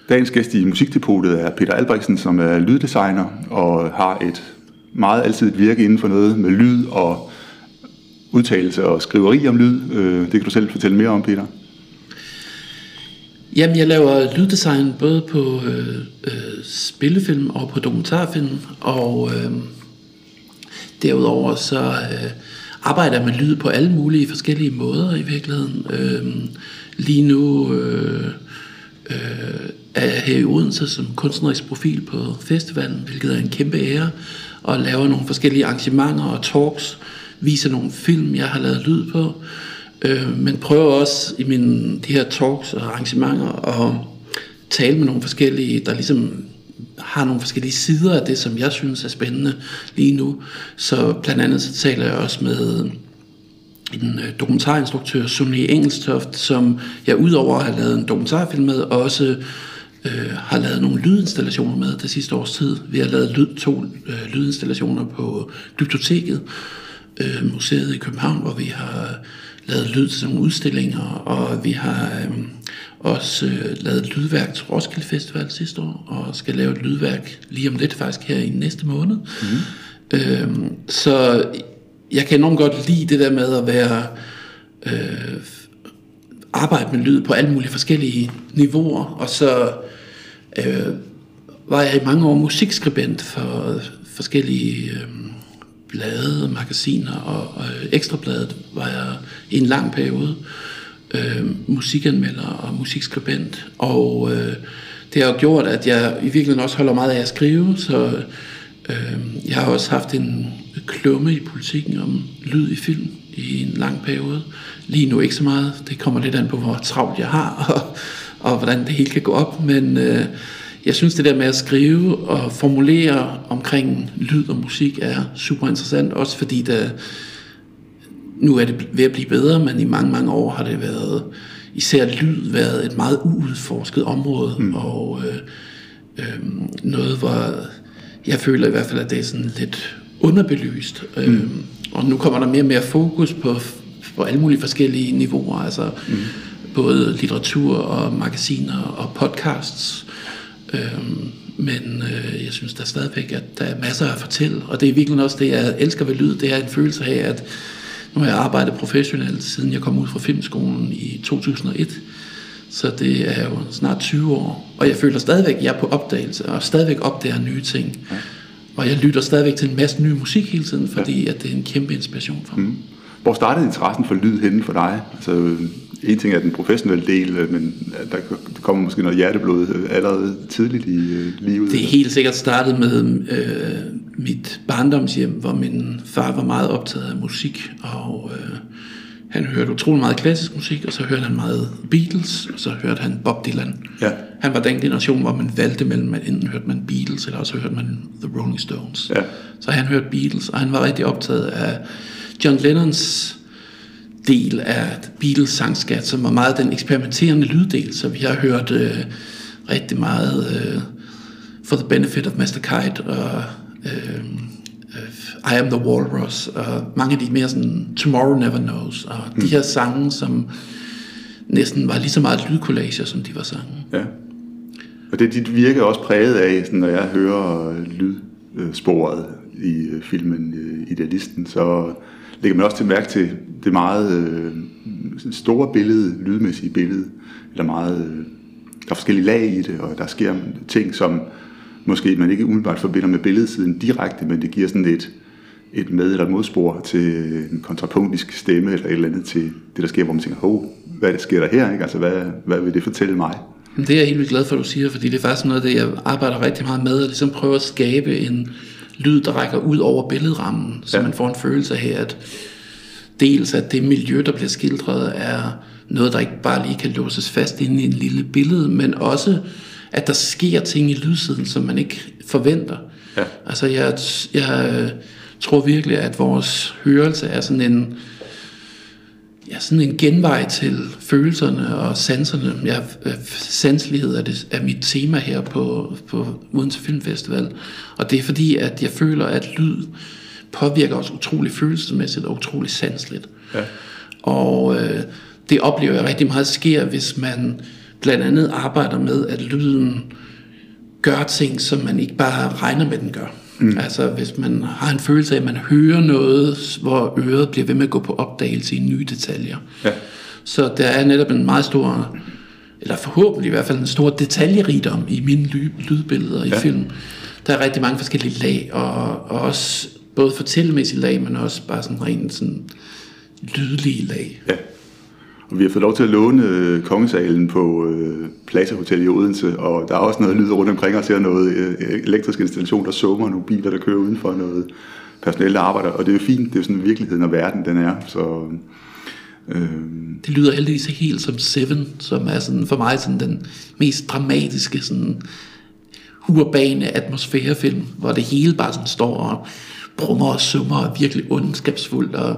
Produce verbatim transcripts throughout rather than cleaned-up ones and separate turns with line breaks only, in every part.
Dagens gæst i Musikdepotet er Peter Albrechtsen, som er lyddesigner og har et meget alsidigt virke inden for noget med lyd og udtalelse og skriveri om lyd. Det kan du selv fortælle mere om, Peter.
Jamen, jeg laver lyddesign både på øh, øh, spillefilm og på dokumentarfilm, og øh, derudover så øh, arbejder jeg med lyd på alle mulige forskellige måder i virkeligheden. Øh, lige nu øh, øh, er jeg her i Odense som kunstnerisk profil på festivalen, hvilket er en kæmpe ære, og laver nogle forskellige arrangementer og talks, viser nogle film, jeg har lavet lyd på. Øh, men prøver også i mine, de her talks og arrangementer at tale med nogle forskellige, der ligesom har nogle forskellige sider af det, som jeg synes er spændende lige nu. Så blandt andet så taler jeg også med en dokumentarinstruktør, Sonny Engelstoft, som jeg udover at have lavet en dokumentarfilm med, også øh, har lavet nogle lydinstallationer med det sidste års tid. Vi har lavet lyd, to øh, lydinstallationer på Glyptoteket, øh, museet i København, hvor vi har lavet lyd til nogle udstillinger, og vi har øh, også øh, lavet lydværk til Roskilde Festival sidste år, og skal lave et lydværk lige om lidt faktisk her i næste måned. Mm. Øh, så jeg kan enormt godt lide det der med at være øh, arbejde med lyd på alle mulige forskellige niveauer, og så øh, var jeg i mange år musikskribent for forskellige øh, blade, magasiner, og, og Ekstrabladet var jeg i en lang periode øh, musikanmelder og musikskribent, og øh, det har gjort, at jeg i virkeligheden også holder meget af at skrive, så øh, jeg har også haft en klumme i Politikken om lyd i film i en lang periode. Lige nu ikke så meget, det kommer lidt an på, hvor travlt jeg har, og, og hvordan det hele kan gå op, men øh, jeg synes, det der med at skrive og formulere omkring lyd og musik er super interessant, også fordi der, nu er det ved at blive bedre, men i mange, mange år har det været, især lyd, været et meget uudforsket område, mm. og øh, øh, noget, hvor jeg føler i hvert fald, at det er sådan lidt underbelyst. Mm. Øh, og nu kommer der mere og mere fokus på, på alle mulige forskellige niveauer, altså mm. både litteratur og magasiner og podcasts. Øhm, men øh, jeg synes der stadigvæk, at der er masser at fortælle, og det er virkelig også det, jeg elsker ved lyd. Det er en følelse af, at nu har jeg arbejdet professionelt, siden jeg kom ud fra filmskolen i to tusind og et, så det er jo snart tyve år, og jeg føler stadigvæk, at jeg er på opdagelse, og stadigvæk opdager nye ting, ja. Og jeg lytter stadigvæk til en masse ny musik hele tiden, fordi ja. At det er en kæmpe inspiration for mig. Mm.
Hvor startede interessen for lyd henne for dig? Altså, en ting er den professionelle del, men der kommer måske noget hjerteblod allerede tidligt i livet.
Det er helt sikkert startet med øh, mit barndomshjem, hvor min far var meget optaget af musik, og øh, han hørte utrolig meget klassisk musik, og så hørte han meget Beatles, og så hørte han Bob Dylan. Ja. Han var den generation, hvor man valgte mellem, at enten hørte man Beatles, eller også hørte man The Rolling Stones. Ja. Så han hørte Beatles, og han var rigtig optaget af John Lennons del af Beatles sangskat, som var meget den eksperimenterende lyddel, så vi har hørt øh, rigtig meget øh, For the Benefit of Master Kite og øh, I Am the Walrus og mange af de mere sådan Tomorrow Never Knows og mm. de her sange, som næsten var lige så meget lydcollager, som de var sange.
Ja. Og det dit virke også præget af, sådan, når jeg hører lydsporet i filmen Idealisten, så lægger man også til mærke til det meget øh, store billede, lydmæssige billede, eller meget, øh, der er forskellige lag i det, og der sker ting, som måske man ikke umiddelbart forbinder med billedsiden direkte, men det giver sådan et, et med- eller modspor til en kontrapunktisk stemme, eller et eller andet til det, der sker, hvor man tænker, hov, hvad det sker der her, ikke? Altså, hvad, hvad vil det fortælle mig?
Det er jeg helt vildt glad for, at du siger, fordi det er faktisk noget af det, jeg arbejder rigtig meget med, at ligesom prøve at skabe en lyd, der rækker ud over billedrammen, så ja. Man får en følelse af, at dels at det miljø, der bliver skildret, er noget, der ikke bare lige kan låses fast inde i en lille billede, men også, at der sker ting i lydsiden, som man ikke forventer. Ja. Altså, jeg, jeg tror virkelig, at vores hørelse er sådan en, ja, sådan en genvej til følelserne og sanserne. Ja, sanselighed er, det, er mit tema her på, på Odense Filmfestival, og det er fordi, at jeg føler, at lyd påvirker os utrolig følelsesmæssigt og utrolig sanseligt. Ja. Og øh, det oplever jeg rigtig meget sker, hvis man blandt andet arbejder med, at lyden gør ting, som man ikke bare regner med, den gør. Mm. Altså hvis man har en følelse af, at man hører noget, hvor øret bliver ved med at gå på opdagelse i nye detaljer. Ja. Så der er netop en meget stor, eller forhåbentlig i hvert fald en stor detaljerigdom i mine ly- lydbilleder i ja. film. Der er rigtig mange forskellige lag, og, og også både fortællemæssige lag, men også bare sådan rent sådan lydlige lag. Ja.
Og vi har fået lov til at låne øh, kongesalen på øh, Plaza Hotel i Odense, og der er også noget lyd rundt omkring os her, noget øh, elektrisk installation, der summer, nogle biler, der kører udenfor, noget personale, der arbejder, og det er jo fint, det er jo sådan virkeligheden og verden, den er, så... Øh...
Det lyder heldigvis helt som Seven, som er sådan, for mig sådan den mest dramatiske, sådan urbane atmosfærefilm, hvor det hele bare sådan står og brummer og summer og er virkelig ondskabsfuldt, og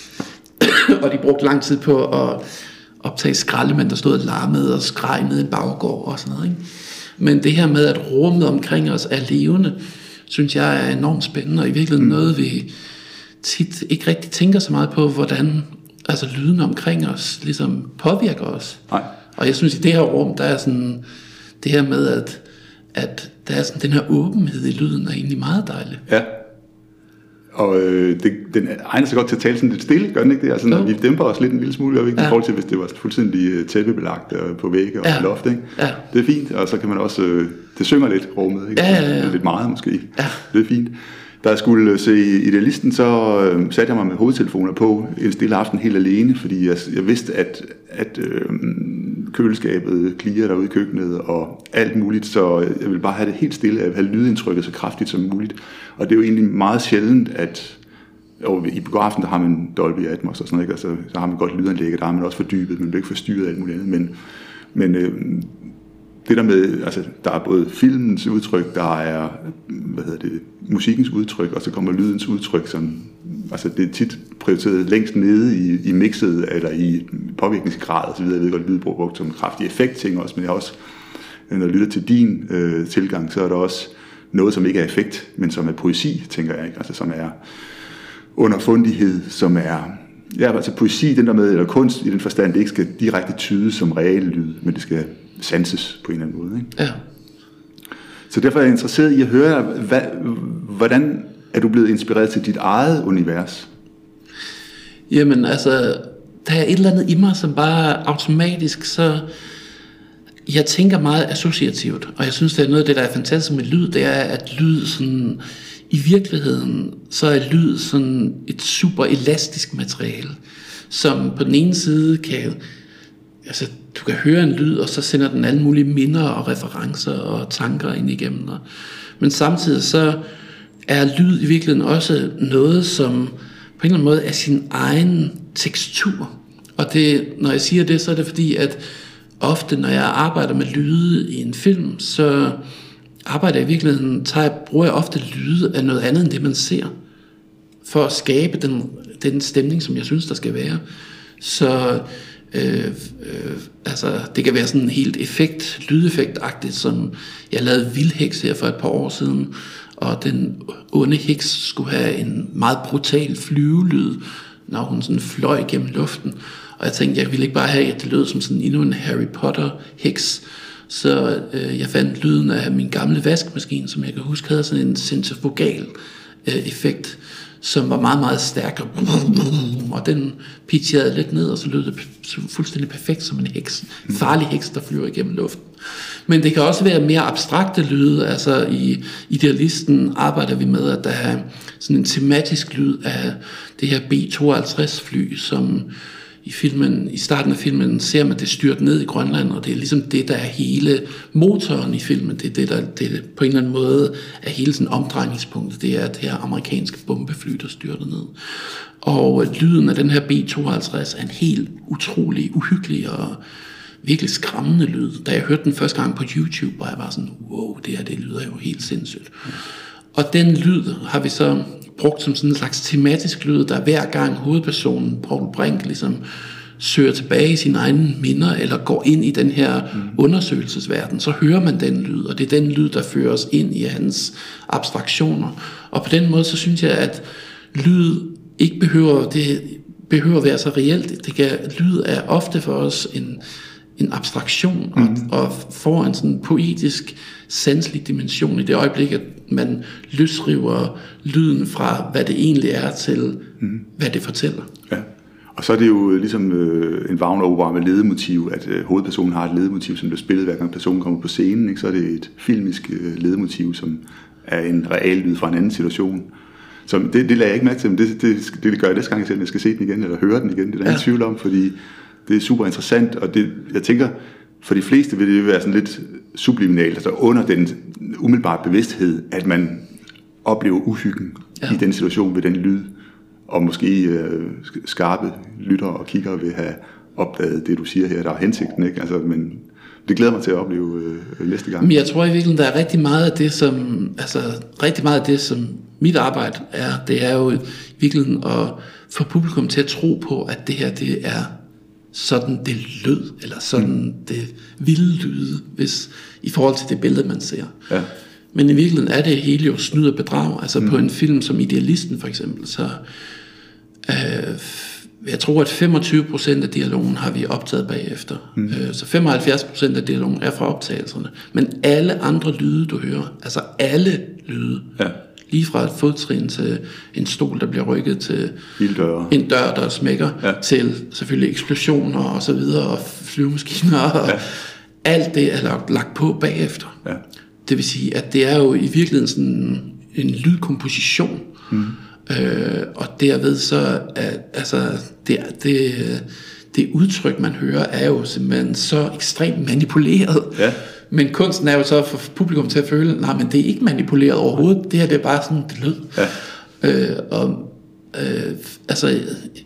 og de brugte lang tid på at optage skraldemænd, der stod og larmede og skreg ned i en baggård og sådan noget, ikke? Men det her med, at rummet omkring os er levende, synes jeg er enormt spændende, og i virkeligheden noget, vi tit ikke rigtig tænker så meget på, hvordan altså lyden omkring os ligesom påvirker os. Nej. Og jeg synes, i det her rum, der er sådan det her med, at, at der er sådan den her åbenhed i lyden, er egentlig meget dejligt.
Ja. Og øh, det, den egner sig godt til at tale sådan lidt stille, gør den ikke det? Altså, når vi dæmper os lidt en lille smule, og ikke ja. i forhold til, hvis det var fuldstændig tæppebelagt på vægge og ja. loft, ikke? Ja. Det er fint, og så kan man også, øh, det synger lidt rummet, ikke? Ja, ja, ja. Lidt meget måske. Ja. Det er fint. Da jeg skulle se Idealisten, så øh, satte jeg mig med hovedtelefoner på en stille aften helt alene, fordi jeg, jeg vidste, at, at øh, køleskabet klirer derude i køkkenet og alt muligt, så jeg ville bare have det helt stille, jeg ville have lydindtrykket så kraftigt som muligt. Og det er jo egentlig meget sjældent, at og i biografen, der har man Dolby Atmos og sådan noget, altså, så har man godt lydanlæg, der har man også fordybet, men det er ikke forstyrret alt muligt andet, men, men øh, det der med, altså der er både filmens udtryk, der er, hvad hedder det, musikkens udtryk, og så kommer lydens udtryk, som, altså det er tit prioriteret længst nede i, i mixet, eller i påvirkningsgrad og så videre. Jeg ved godt, lyd brugt som kraftig effekt ting også, men jeg også, når jeg lytter til din øh, tilgang, så er der også noget, som ikke er effekt, men som er poesi, tænker jeg, ikke? Altså som er underfundighed, som er, ja, altså poesi, den der med, eller kunst i den forstand, det ikke skal direkte tydes som reel lyd, men det skal sanses på en eller anden måde, ikke? Ja. Så derfor er jeg interesseret i at høre, hvad, hvordan er du blevet inspireret til dit eget univers?
Jamen altså, der er et eller andet i mig, som bare automatisk, så jeg tænker meget associativt, og jeg synes, det er noget af det, der er fantastisk med lyd, det er, at lyd sådan, i virkeligheden, så er lyd sådan et super elastisk materiale, som på den ene side kan, altså du kan høre en lyd, og så sender den alle mulige minder og referencer og tanker ind igennem dig. Men samtidig så er lyd i virkeligheden også noget, som på en eller anden måde er sin egen tekstur. Og det, når jeg siger det, så er det fordi, at ofte, når jeg arbejder med lyde i en film, så arbejder jeg i virkeligheden, tager, bruger jeg ofte lyde af noget andet end det, man ser, for at skabe den, den stemning, som jeg synes, der skal være. Så øh, øh, altså, det kan være sådan helt effekt, lydeffektagtigt, som jeg lavede Vildheks her for et par år siden, og den onde heks skulle have en meget brutal flyvelyd, når hun sådan fløj gennem luften. Og jeg tænkte, jeg ville ikke bare have, at det lød som sådan endnu en Harry Potter-heks. Så øh, jeg fandt lyden af min gamle vaskemaskine, som jeg kan huske havde sådan en centrifugal øh, effekt, som var meget, meget stærk. Og den pitchede lidt ned, og så lød det fuldstændig perfekt som en heks. En farlig heks, der flyver igennem luften. Men det kan også være mere abstrakte lyde. Altså i Idealisten arbejder vi med, at der er sådan en tematisk lyd af det her B tooghalvtreds fly, som i filmen, i starten af filmen ser man det styrt ned i Grønland, og det er ligesom det, der er hele motoren i filmen. Det er det, der det på en eller anden måde er hele sådan omdrejningspunktet. Det er det her amerikanske bombefly, der styrter ned. Og lyden af den her B tooghalvtreds er en helt utrolig, uhyggelig og virkelig skræmmende lyd. Da jeg hørte den første gang på YouTube, var jeg bare sådan, wow, det her det lyder jo helt sindssygt. Og den lyd har vi så brugt som sådan en slags tematisk lyd, der hver gang hovedpersonen, Paul Brink, ligesom søger tilbage i sine egne minder, eller går ind i den her mm. undersøgelsesverden, så hører man den lyd, og det er den lyd, der fører os ind i hans abstraktioner. Og på den måde, så synes jeg, at lyd ikke behøver, det behøver at være så reelt. Det kan, lyd er ofte for os en, en abstraktion, og, mm. og får en sådan poetisk, sanselig dimension i det øjeblik, at man løsriver lyden fra, hvad det egentlig er, til mm. hvad det fortæller. Ja.
Og så er det jo ligesom øh, en Wagner-opera med ledemotiv, at øh, hovedpersonen har et ledemotiv, som bliver spillet, hver gang personen kommer på scenen. Ikke? Så er det et filmisk øh, ledemotiv, som er en real lyd fra en anden situation. Så det, det lader jeg ikke mærke til, men det, det, det gør jeg næste gang, jeg, selv, jeg skal se den igen, eller høre den igen. Det er der ja. ingen tvivl om, fordi det er super interessant, og det, jeg tænker, for de fleste vil det være sådan lidt subliminalt, altså under den umiddelbare bevidsthed, at man oplever uhyggen ja. i den situation ved den lyd, og måske øh, skarpe lytter og kigger vil have opdaget det, du siger her, der er hensigten, ikke? Altså, men det glæder mig til at opleve øh, næste gang.
Men jeg tror i virkeligheden, der er rigtig meget af det, som, altså rigtig meget af det, som mit arbejde er, det er jo i virkeligheden at få publikum til at tro på, at det her, det er sådan det lød, eller sådan mm. det ville lyde, hvis, i forhold til det billede, man ser. Ja. Men i virkeligheden er det hele jo snyd og bedrag. Altså mm. på en film som Idealisten for eksempel, så øh, jeg tror, at femogtyve procent af dialogen har vi optaget bagefter. Mm. Øh, så femoghalvfjerds procent af dialogen er fra optagelserne. Men alle andre lyde, du hører, altså alle lyde, ja. lige fra et fodtrin til en stol, der bliver rykket, til en dør, der smækker, ja. til selvfølgelig eksplosioner og så videre, og flyvemaskiner, og ja. alt det er lagt, lagt på bagefter. Ja. Det vil sige, at det er jo i virkeligheden sådan en lydkomposition, mm. øh, og derved så, at, altså, det, det, det udtryk, man hører, er jo simpelthen så ekstremt manipuleret. Ja. Men kunsten er jo så for publikum til at føle, nej, men det er ikke manipuleret overhovedet, det her det er bare sådan, det lød. Ja. Øh, og øh, altså,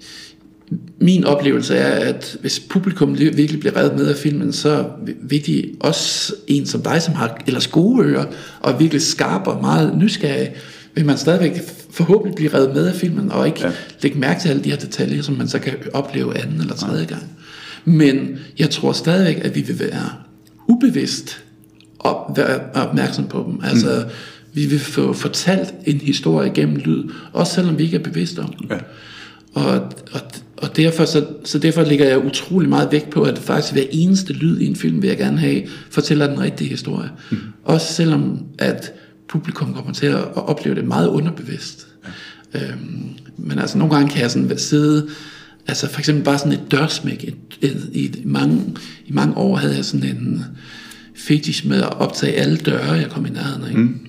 min oplevelse er, at hvis publikum virkelig bliver revet med af filmen, så vil de også, en som dig, som har ellers gode ører, og virkelig skarp og meget nysgerrig, vil man stadigvæk forhåbentlig blive revet med af filmen, og ikke ja. lægge mærke til alle de her detaljer, som man så kan opleve anden eller tredje gang. Men jeg tror stadigvæk, at vi vil være ubevidst op, være opmærksom på dem. Altså, mm. vi vil få fortalt en historie gennem lyd, også selvom vi ikke er bevidste om den. Ja. Og, og, og derfor, så, så derfor lægger jeg utrolig meget vægt på, at faktisk hver eneste lyd i en film vil jeg gerne have, fortæller den rigtige historie. Mm. Også selvom at publikum kommer til at opleve det meget underbevidst. Ja. Øhm, men altså nogle gange kan jeg sådan sidde, altså for eksempel bare sådan et dørsmæk. Et, et, et, i, mange, I mange år havde jeg sådan en fetish med at optage alle døre, jeg kom i nærheden af. Mm.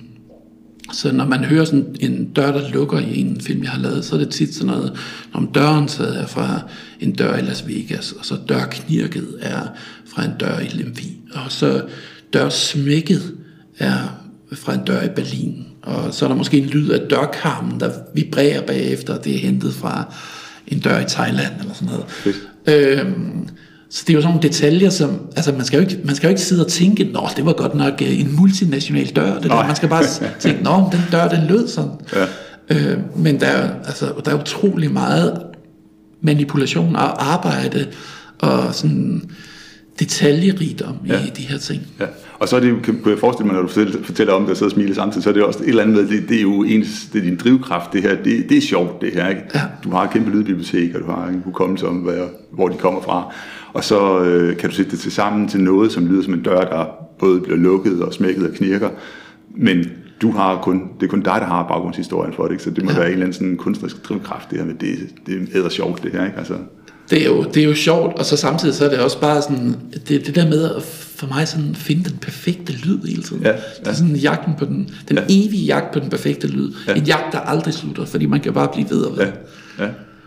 Så når man hører sådan en dør, der lukker i en film, jeg har lavet, så er det tit sådan noget, om døren så er fra en dør i Las Vegas, og så dørknirket er fra en dør i Lemvig, og så dørsmækket er fra en dør i Berlin, og så er der måske en lyd af dørkarmen, der vibrerer bagefter, og det er hentet fra en dør i Thailand, eller sådan noget. Øhm, Så det er jo sådan nogle detaljer, som, altså man skal jo ikke, man skal jo ikke sidde og tænke, nå, det var godt nok en multinational dør, det der. Man skal bare tænke, nå, den dør, den lød sådan. Ja. Øh, men der er, altså, der er utrolig meget manipulation og arbejde, og sådan detaljerigdom ja. i de her ting. Ja. Og så er det, kan jeg forestille mig, når du fortæller om det og sidder og smiler samtidig, så er det også et eller andet med, det, det er jo ens, det er din drivkraft, det her, det, det er sjovt det her, ikke? Ja. Du har et kæmpe lydbibliotek, og du har en hukommelse om, hvor de kommer fra. Og så øh, kan du sætte det til sammen til noget, som lyder som en dør, der både bliver lukket og smækket og knirker. Men du har kun, det er kun dig, der har baggrundshistorien for det, ikke? Så det må ja. være en eller anden sådan kunstnerisk drivkraft, det her med det. Det er sjovt, det her, ikke? Altså. Det er, jo, det er jo sjovt, og så samtidig så er det også bare sådan, det, det der med at for mig sådan finde den perfekte lyd hele tiden. Ja, ja. Det er sådan jagten på den, den ja. evige jagt på den perfekte lyd. Ja. En jagt, der aldrig slutter, fordi man kan bare blive ved og ved. Ja, ja.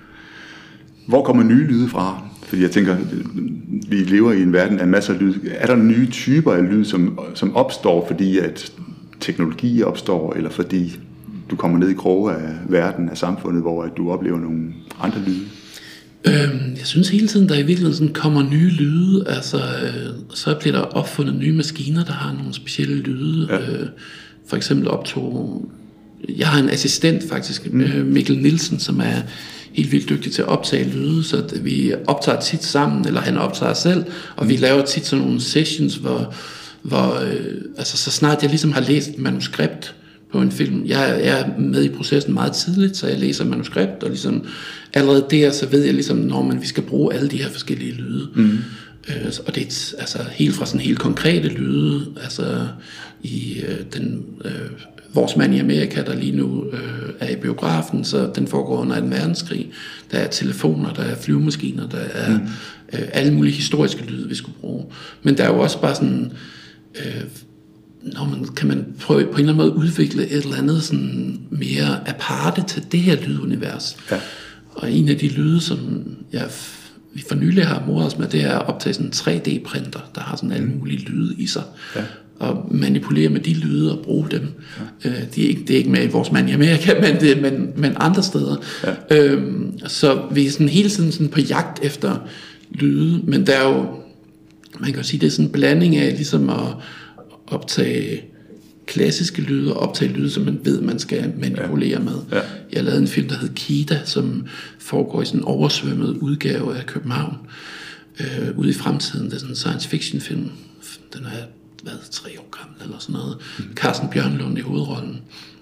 Hvor kommer nye lyde fra? Fordi jeg tænker, vi lever i en verden af masser af lyd. Er der nye typer af lyd, som, som opstår, fordi at teknologi opstår, eller fordi du kommer ned i kroge af verden, af samfundet, hvor at du oplever nogle andre lyde? Øhm, jeg synes hele tiden, der i virkeligheden sådan kommer nye lyde. Altså, øh, så bliver der opfundet nye maskiner, der har nogle specielle lyde. Ja. Øh, for eksempel optog... Jeg har en assistent faktisk, mm. Mikkel Nielsen, som er helt vildt dygtig til at optage lyde, så vi optager tit sammen, eller han optager selv, og vi laver tit sådan nogle sessions, hvor, hvor øh, altså så snart jeg ligesom har læst manuskript på en film, jeg er med i processen meget tidligt, så jeg læser manuskript, og ligesom allerede der, så ved jeg ligesom, når man, vi skal bruge alle de her forskellige lyde. Mm. Øh, og det er altså helt fra sådan helt konkrete lyde, altså i øh, den øh, Vores Mand i Amerika, der lige nu øh, er i biografen, så den foregår under en verdenskrig. Der er telefoner, der er flyvemaskiner, der er mm. øh, alle mulige historiske lyde, vi skulle bruge. Men der er jo også bare sådan, øh, når man, kan man prøve på en eller anden måde udvikle et eller andet sådan mere aparte til det her lydunivers. Ja. Og en af de lyde, som jeg vi for nylig har moret os med, det er at optage sådan en tre D-printer, der har sådan alle mulige lyde i sig. Ja. Og manipulere med de lyde og bruge dem. Ja. Øh, det, er ikke, det er ikke med i Vores Mand i Amerika, men, det, men, men andre steder. Ja. Øhm, så vi er sådan hele tiden sådan på jagt efter lyde, men der er jo, man kan jo sige, det er sådan en blanding af ligesom at optage klassiske lyde og optage lyde, som man ved, man skal manipulere ja. med. Ja. Jeg lavede en film, der hed Kida, som foregår i sådan en oversvømmet udgave af København, øh, ude i fremtiden. Det er sådan en science fiction film. Den er været tre år gammel eller sådan noget. Mm. Carsten Bjørnlund i hovedrollen.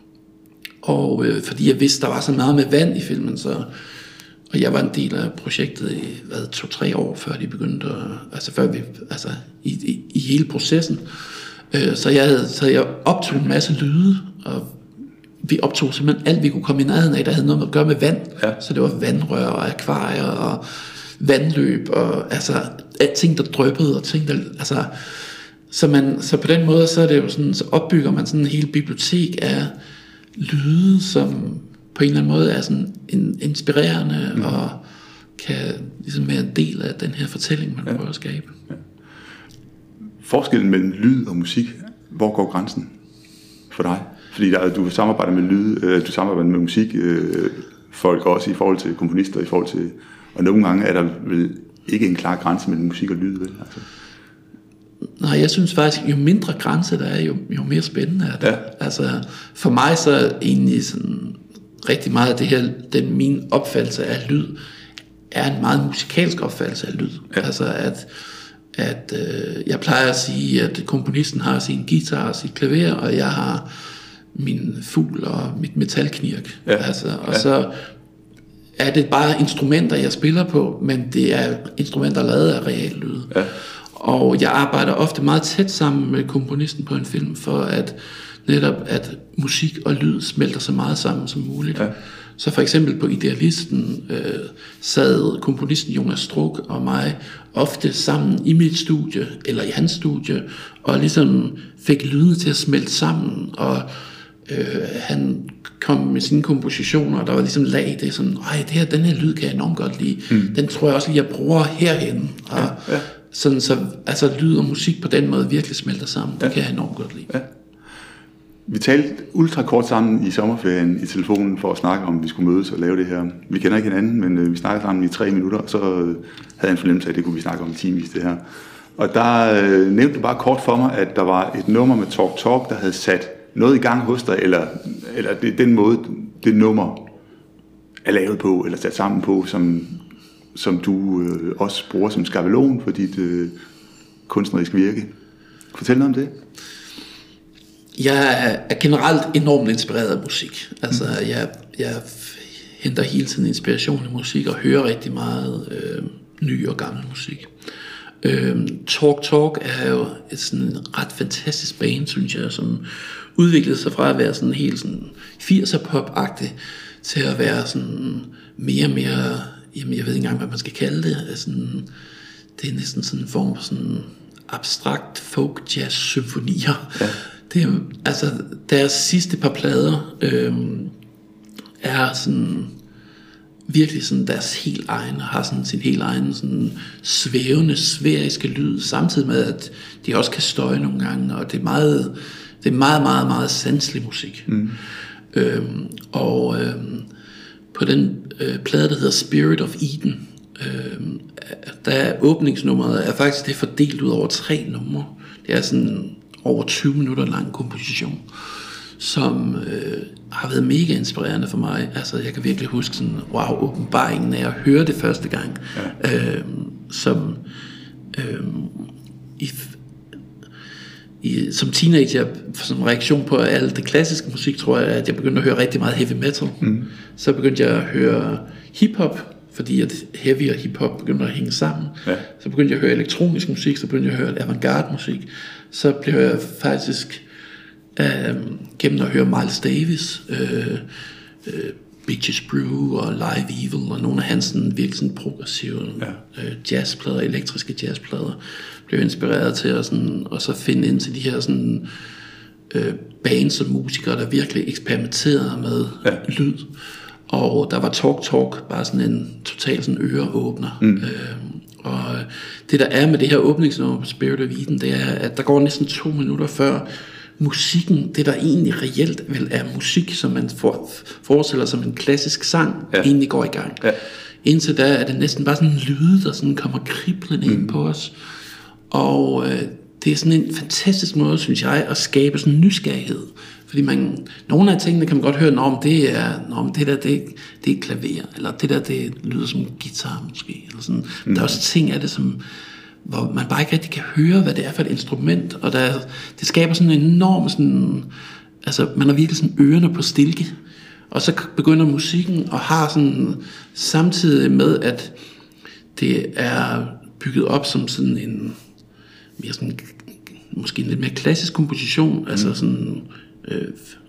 Og øh, fordi jeg vidste, der var så meget med vand i filmen, så, og jeg var en del af projektet i hvad, to-tre år, før de begyndte at, altså før vi, altså i, i, i hele processen. Øh, så, jeg havde, så jeg optog en masse lyde, og vi optog simpelthen alt, vi kunne komme i nærheden af, der havde noget at gøre med vand. Ja. Så det var vandrør og akvarier og vandløb og altså ting, der dryppede og ting, der, altså så, man, så på den måde, så er det jo sådan, så opbygger man sådan en hel bibliotek af lyde, som på en eller anden måde er sådan inspirerende mm. og kan ligesom være en del af den her fortælling, man ja. prøver at skabe. Ja. Forskellen mellem lyd og musik, hvor går grænsen for dig? Fordi der, du samarbejder med lyd, øh, du samarbejder med musik, øh, folk også i forhold til komponister, i forhold til, og nogle gange er der vel ikke en klar grænse mellem musik og lyd, vel? Altså. Nej, jeg synes faktisk, jo mindre grænse der er, jo, jo mere spændende er det. Ja. Altså, for mig så er egentlig sådan rigtig meget af det her, den min opfattelse af lyd, er en meget musikalsk opfattelse af lyd. Ja. Altså at, at øh, jeg plejer at sige, at komponisten har sin guitar og sit klaver, og jeg har min fugl og mit metalknirk. Ja. Altså, og ja. så er det bare instrumenter, jeg spiller på, men det er instrumenter lavet af real lyd. Ja. Og jeg arbejder ofte meget tæt sammen med komponisten på en film, for at netop at musik og lyd smelter så meget sammen som muligt. Ja. Så for eksempel på Idealisten øh, sad komponisten Jonas Struk og mig ofte sammen i mit studie, eller i hans studie, og ligesom fik lydene til at smelte sammen, og øh, han kom med sine kompositioner, og der var ligesom lag, det er sådan, ej, det her, den her lyd kan jeg enormt godt lide. Mm. Den tror jeg også, jeg bruger herhen. Og ja, ja. Sådan så altså lyd og musik på den måde virkelig smelter sammen. Det ja. kan jeg enormt godt lide. Ja.
Vi talte ultra kort sammen i sommerferien i telefonen for at snakke om, at vi skulle mødes og lave det her. Vi kender ikke hinanden, men øh, vi snakkede sammen i tre minutter, og så øh, havde jeg en fornemmelse af, at det kunne vi snakke om en time i det her. Og der øh, nævnte du bare kort for mig, at der var et nummer med Talk Talk, der havde sat noget i gang hos dig, eller, eller det, den måde, det nummer er lavet på, eller sat sammen på, som, som du øh, også bruger som skabelon for dit øh, kunstneriske virke. Fortæl noget om det.
Jeg er generelt enormt inspireret af musik. Altså, mm. jeg, jeg henter hele tiden inspiration i musik og hører rigtig meget øh, ny og gammel musik. Øh, Talk Talk er jo et sådan ret fantastisk band, synes jeg, som udviklede sig fra at være sådan helt sådan firser pop-agtig til at være sådan mere og mere, jamen jeg ved ikke engang, hvad man skal kalde det. Sådan, det er næsten sådan en form for sådan abstrakt folk jazz symfonier. Ja. Det er, altså deres sidste par plader øh, er sådan virkelig sådan deres helt egen, har sådan sin helt egen sådan svævende sfæriske lyd, samtidig med at de også kan støje nogle gange, og det er meget, det er meget, meget, meget sanselig musik. Mm. Øhm, og øhm, på den øh, plade, der hedder Spirit of Eden, øhm, der er åbningsnummeret er faktisk det fordelt ud over tre numre. Det er sådan over tyve minutter lang komposition, som øh, har været mega inspirerende for mig. Altså, jeg kan virkelig huske sådan, wow, åbenbaringen af at høre det første gang, ja. øh, som øh, i, i, som teenager, som reaktion på alt det klassiske musik, tror jeg, at jeg begyndte at høre rigtig meget heavy metal. Mm. Så begyndte jeg at høre hiphop, fordi at heavy og hiphop begyndte at hænge sammen.
Ja.
Så begyndte jeg at høre elektronisk musik, så begyndte jeg at høre avantgarde musik. Så blev jeg faktisk øh, gennem at høre Miles Davis, øh, øh, Bitches Brew og Live Evil og nogle af hans sådan, virkelig sådan progressive ja. øh, jazzplader, elektriske jazzplader, blev inspireret til at sådan, og så finde ind til de her sådan, øh, bands og musikere, der virkelig eksperimenterede med ja. lyd. Og der var Talk Talk, bare sådan en total sådan øreåbner. Mm. Øh, og det der er med det her åbningsnummer på Spirit of Eden, det er, at der går næsten to minutter før musikken, det der egentlig reelt vel er musik, som man for, forestiller som en klassisk sang, ja. egentlig går i gang. Ja. Indtil da er det næsten bare sådan en lyde, der sådan kommer kriblende mm. ind på os. Og øh, det er sådan en fantastisk måde, synes jeg, at skabe sådan en nysgerrighed. Fordi man, nogle af tingene kan man godt høre, om det er, om det der, det, det er klaver, eller det der, det lyder som guitar måske, eller sådan. Mm. Der er også ting af det, som, hvor man bare ikke rigtig kan høre, hvad det er for et instrument, og der, det skaber sådan en enorm, sådan, altså man har virkelig sådan ørerne på stilke, og så begynder musikken, og har sådan, samtidig med, at det er bygget op som sådan en, mere sådan, måske en lidt mere klassisk komposition, mm. altså sådan, øh,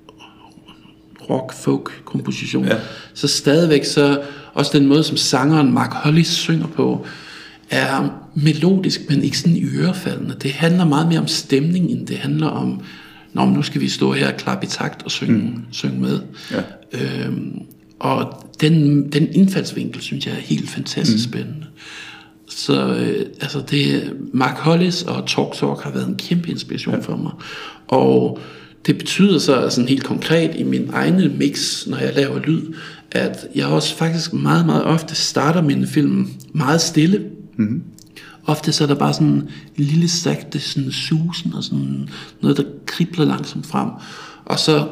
rock, folk komposition, ja. Så stadigvæk så, også den måde, som sangeren Mark Hollis synger på, er melodisk, men ikke sådan i ørefaldende. Det handler meget mere om stemning, end det handler om, nå, nu skal vi stå her og klappe i takt og synge, mm. synge med. Ja. Øhm, og den, den indfaldsvinkel, synes jeg er helt fantastisk mm. spændende. Så øh, altså det, Mark Hollis og Talk Talk har været en kæmpe inspiration ja. for mig. Og det betyder så sådan helt konkret i min egne mix, når jeg laver lyd, at jeg også faktisk meget, meget ofte starter mine film meget stille. Mm-hmm. Ofte så er der bare sådan en lille sagte sådan susen og sådan noget, der kribler langsomt frem. Og så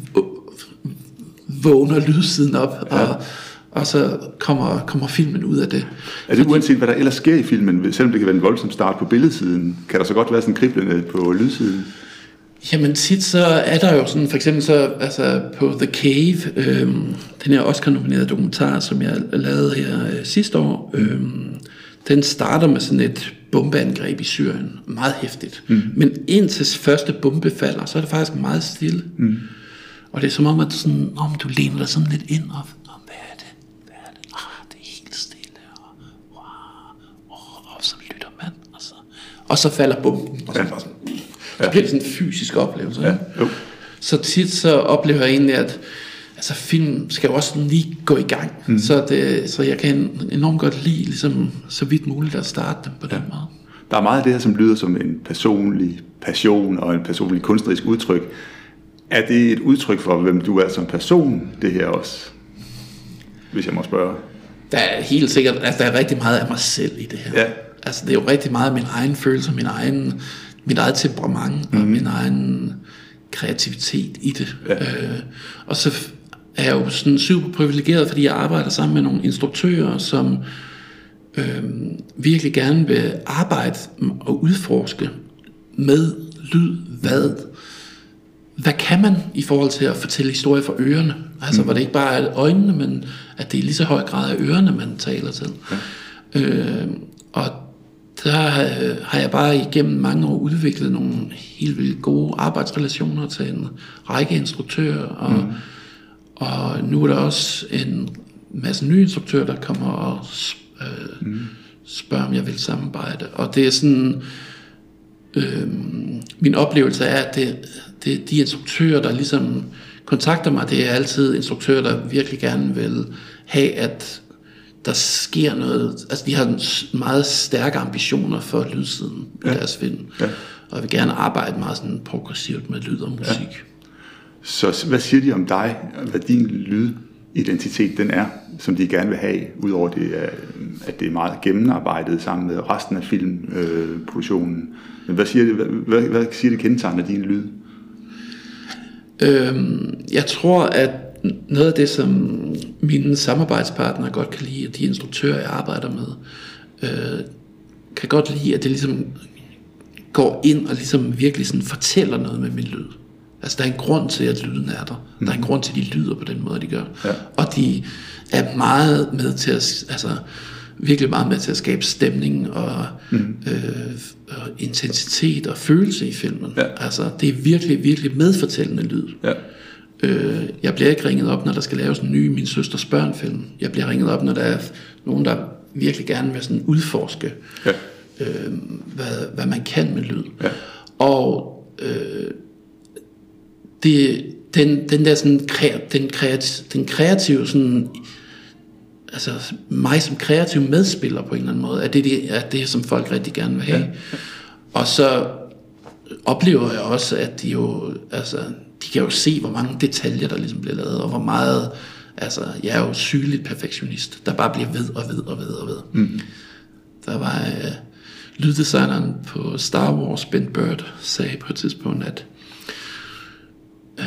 vågner lydsiden op, ja. og, og så kommer, kommer filmen ud af det.
Er det uanset, hvad der ellers sker i filmen, selvom det kan være en voldsom start på billedsiden, kan der så godt være sådan kriblende på lydsiden?
Jamen tit så er der jo sådan, for eksempel så, altså på The Cave, øhm, den her Oscar-nominerede dokumentar, som jeg lavede her øh, sidste år, øhm, den starter med sådan et bombeangreb i Syrien, meget hæftigt. Mm. Men indtil første bombe falder, så er det faktisk meget stille. Mm. Og det er som om, at sådan, om du læner dig sådan lidt ind, og hvad er det? Hvad er det? Ah, det er helt stille, og, wow, og, og så lytter man, og så, og så falder bomben, og så ja. sådan, så bliver det sådan en fysisk oplevelse. Ja. Så tit så oplever jeg egentlig, at altså, film skal jo også lige gå i gang. Mm. Så, det, så jeg kan enormt godt lide, ligesom, så vidt muligt at starte dem på den måde.
Der er meget af det her, som lyder som en personlig passion og en personlig kunstnerisk udtryk. Er det et udtryk for, hvem du er som person, det her også? Hvis jeg må spørge.
Der er helt sikkert, altså der er rigtig meget af mig selv i det her. Ja. Altså det er jo rigtig meget af min egen følelse, min egen, mit eget temperament mm. og min egen kreativitet i det. Ja. Øh, og så er jeg jo sådan super privilegeret, fordi jeg arbejder sammen med nogle instruktører, som øh, virkelig gerne vil arbejde og udforske med lyd, hvad hvad kan man i forhold til at fortælle historier for ørerne? Altså, mm. hvor det ikke bare er øjnene, men at det er lige så høj grad af ørerne, man taler til. Ja. Øh, og der øh, har jeg bare igennem mange år udviklet nogle helt vildt gode arbejdsrelationer til en række instruktører, og, mm. og nu er der også en masse nye instruktører, der kommer og øh, mm. spørger, om jeg vil samarbejde. Og det er sådan, øh, min oplevelse er, at det Det, de instruktører, der ligesom kontakter mig, det er altid instruktører, der virkelig gerne vil have, at der sker noget. Altså, de har meget stærke ambitioner for lydsiden ja. i deres film. Ja. Og vil gerne arbejde meget sådan progressivt med lyd og musik. Ja. Så
hvad siger de om dig, hvad din lydidentitet den er, som de gerne vil have, udover det, at det er meget gennemarbejdet sammen med resten af filmproduktionen? Men hvad siger det, hvad, hvad, hvad siger det kendetegner din lyd?
Øhm, jeg tror, at noget af det, som mine samarbejdspartnere godt kan lide, og de instruktører, jeg arbejder med, øh, kan godt lide, at det ligesom går ind og ligesom virkelig sådan fortæller noget med min lyd. Altså der er en grund til, at lyden er der. Mm. Der er en grund til, at de lyder på den måde, de gør.
Ja.
Og de er meget med til at, altså virkelig meget med til at skabe stemning og, mm. øh, og intensitet og følelse i filmen.
Ja.
Altså det er virkelig, virkelig medfortællende lyd.
Ja.
Øh, jeg bliver ikke ringet op, når der skal laves en ny Min Søsters Børn-film. Jeg bliver ringet op, når der er nogen, der virkelig gerne vil sådan udforske, ja. øh, hvad, hvad man kan med lyd. Ja. Og øh, det, den, den der sådan, den, kreativ, den kreative sådan, altså mig som kreativ medspiller på en eller anden måde, er det, det, er det som folk rigtig gerne vil have. Ja. Og så oplever jeg også, at de jo, altså, de kan jo se, hvor mange detaljer, der ligesom bliver lavet, og hvor meget, altså, jeg er jo sygeligt perfektionist, der bare bliver ved og ved og ved og ved. Mm. Der var øh, lyddesigneren på Star Wars, Ben Bird, sagde på et tidspunkt, at øh,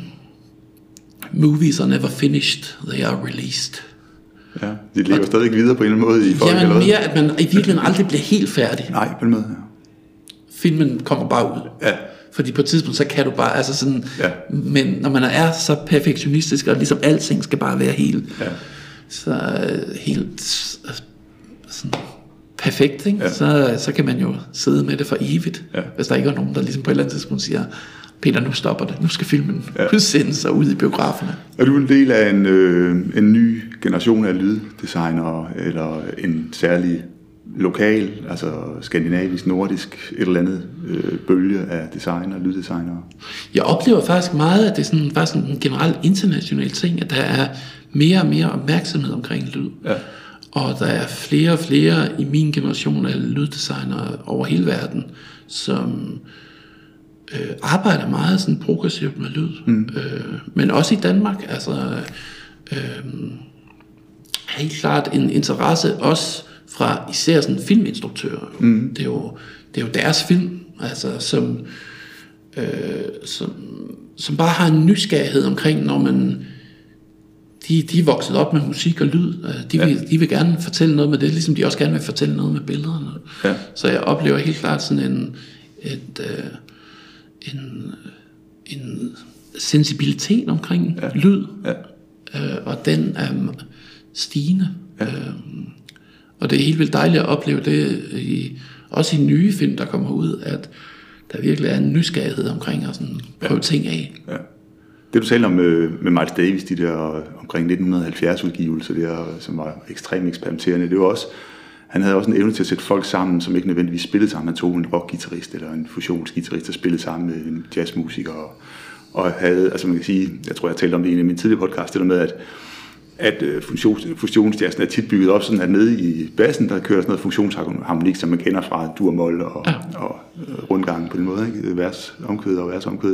movies are never finished, they are released.
Ja, de lever og, stadig videre på en eller anden måde i folk.
Ja, men mere, at man i virkeligheden aldrig bliver helt færdig.
Nej, på en måde, ja. Filmen
kommer bare ud.
Ja.
Fordi på et tidspunkt, så kan du bare, altså sådan,
ja.
Men når man er så perfektionistisk, og ligesom alting skal bare være helt,
ja.
så helt sådan perfekt, ikke? Ja. Så, så kan man jo sidde med det for evigt, ja. Hvis der ikke er nogen, der ligesom på et eller andet tidspunkt siger, Peter, nu stopper det, nu skal filmen ja. udsendes sig ud i biograferne.
Er du en del af en, øh, en ny generation af lyddesignere, eller en særlig lokal, altså skandinavisk, nordisk, et eller andet øh, bølge af designer, lyddesignere?
Jeg oplever faktisk meget, at det er sådan, faktisk en generelt international ting, at der er mere og mere opmærksomhed omkring lyd. Ja. Og der er flere og flere i min generation af lyddesignere over hele verden, som øh, arbejder meget sådan progressivt med lyd. Mm. Øh, men også i Danmark, altså øh, helt klart en interesse også fra især sådan filminstruktører. Mm. Det er jo det er jo deres film, altså som øh, som som bare har en nysgerrighed omkring, når man de de er vokset op med musik og lyd. De vil ja. de vil gerne fortælle noget med det, ligesom de også gerne vil fortælle noget med billederne. Ja. Så jeg oplever helt klart sådan en et øh, en en sensibilitet omkring ja. lyd. Ja. Øh, og den er stigende. Ja. Øh, Og det er helt vildt dejligt at opleve det, i, også i nye film, der kommer ud, at der virkelig er en nysgerrighed omkring at sådan prøve ja. ting af. Ja.
Det du talte om med, med Miles Davis, de der omkring nitten halvfjerds udgivelser, der, som var ekstremt eksperimenterende, det var også, han havde også en evne til at sætte folk sammen, som ikke nødvendigvis spillede sammen. Han tog en rockgitarrist eller en fusionsgitarrist, der spillede sammen med en jazzmusiker, og, og havde, altså man kan sige, jeg tror jeg talte om det i en af mine tidligere podcast, det der med, at at fusionsjazzen er tit bygget op sådan, at nede i bassen, der kører sådan noget funktionsharmonik, som man kender fra dur, mol og, ja. og, og rundgangen på den måde, ikke? Vers, omkvæd og vers, omkvæd.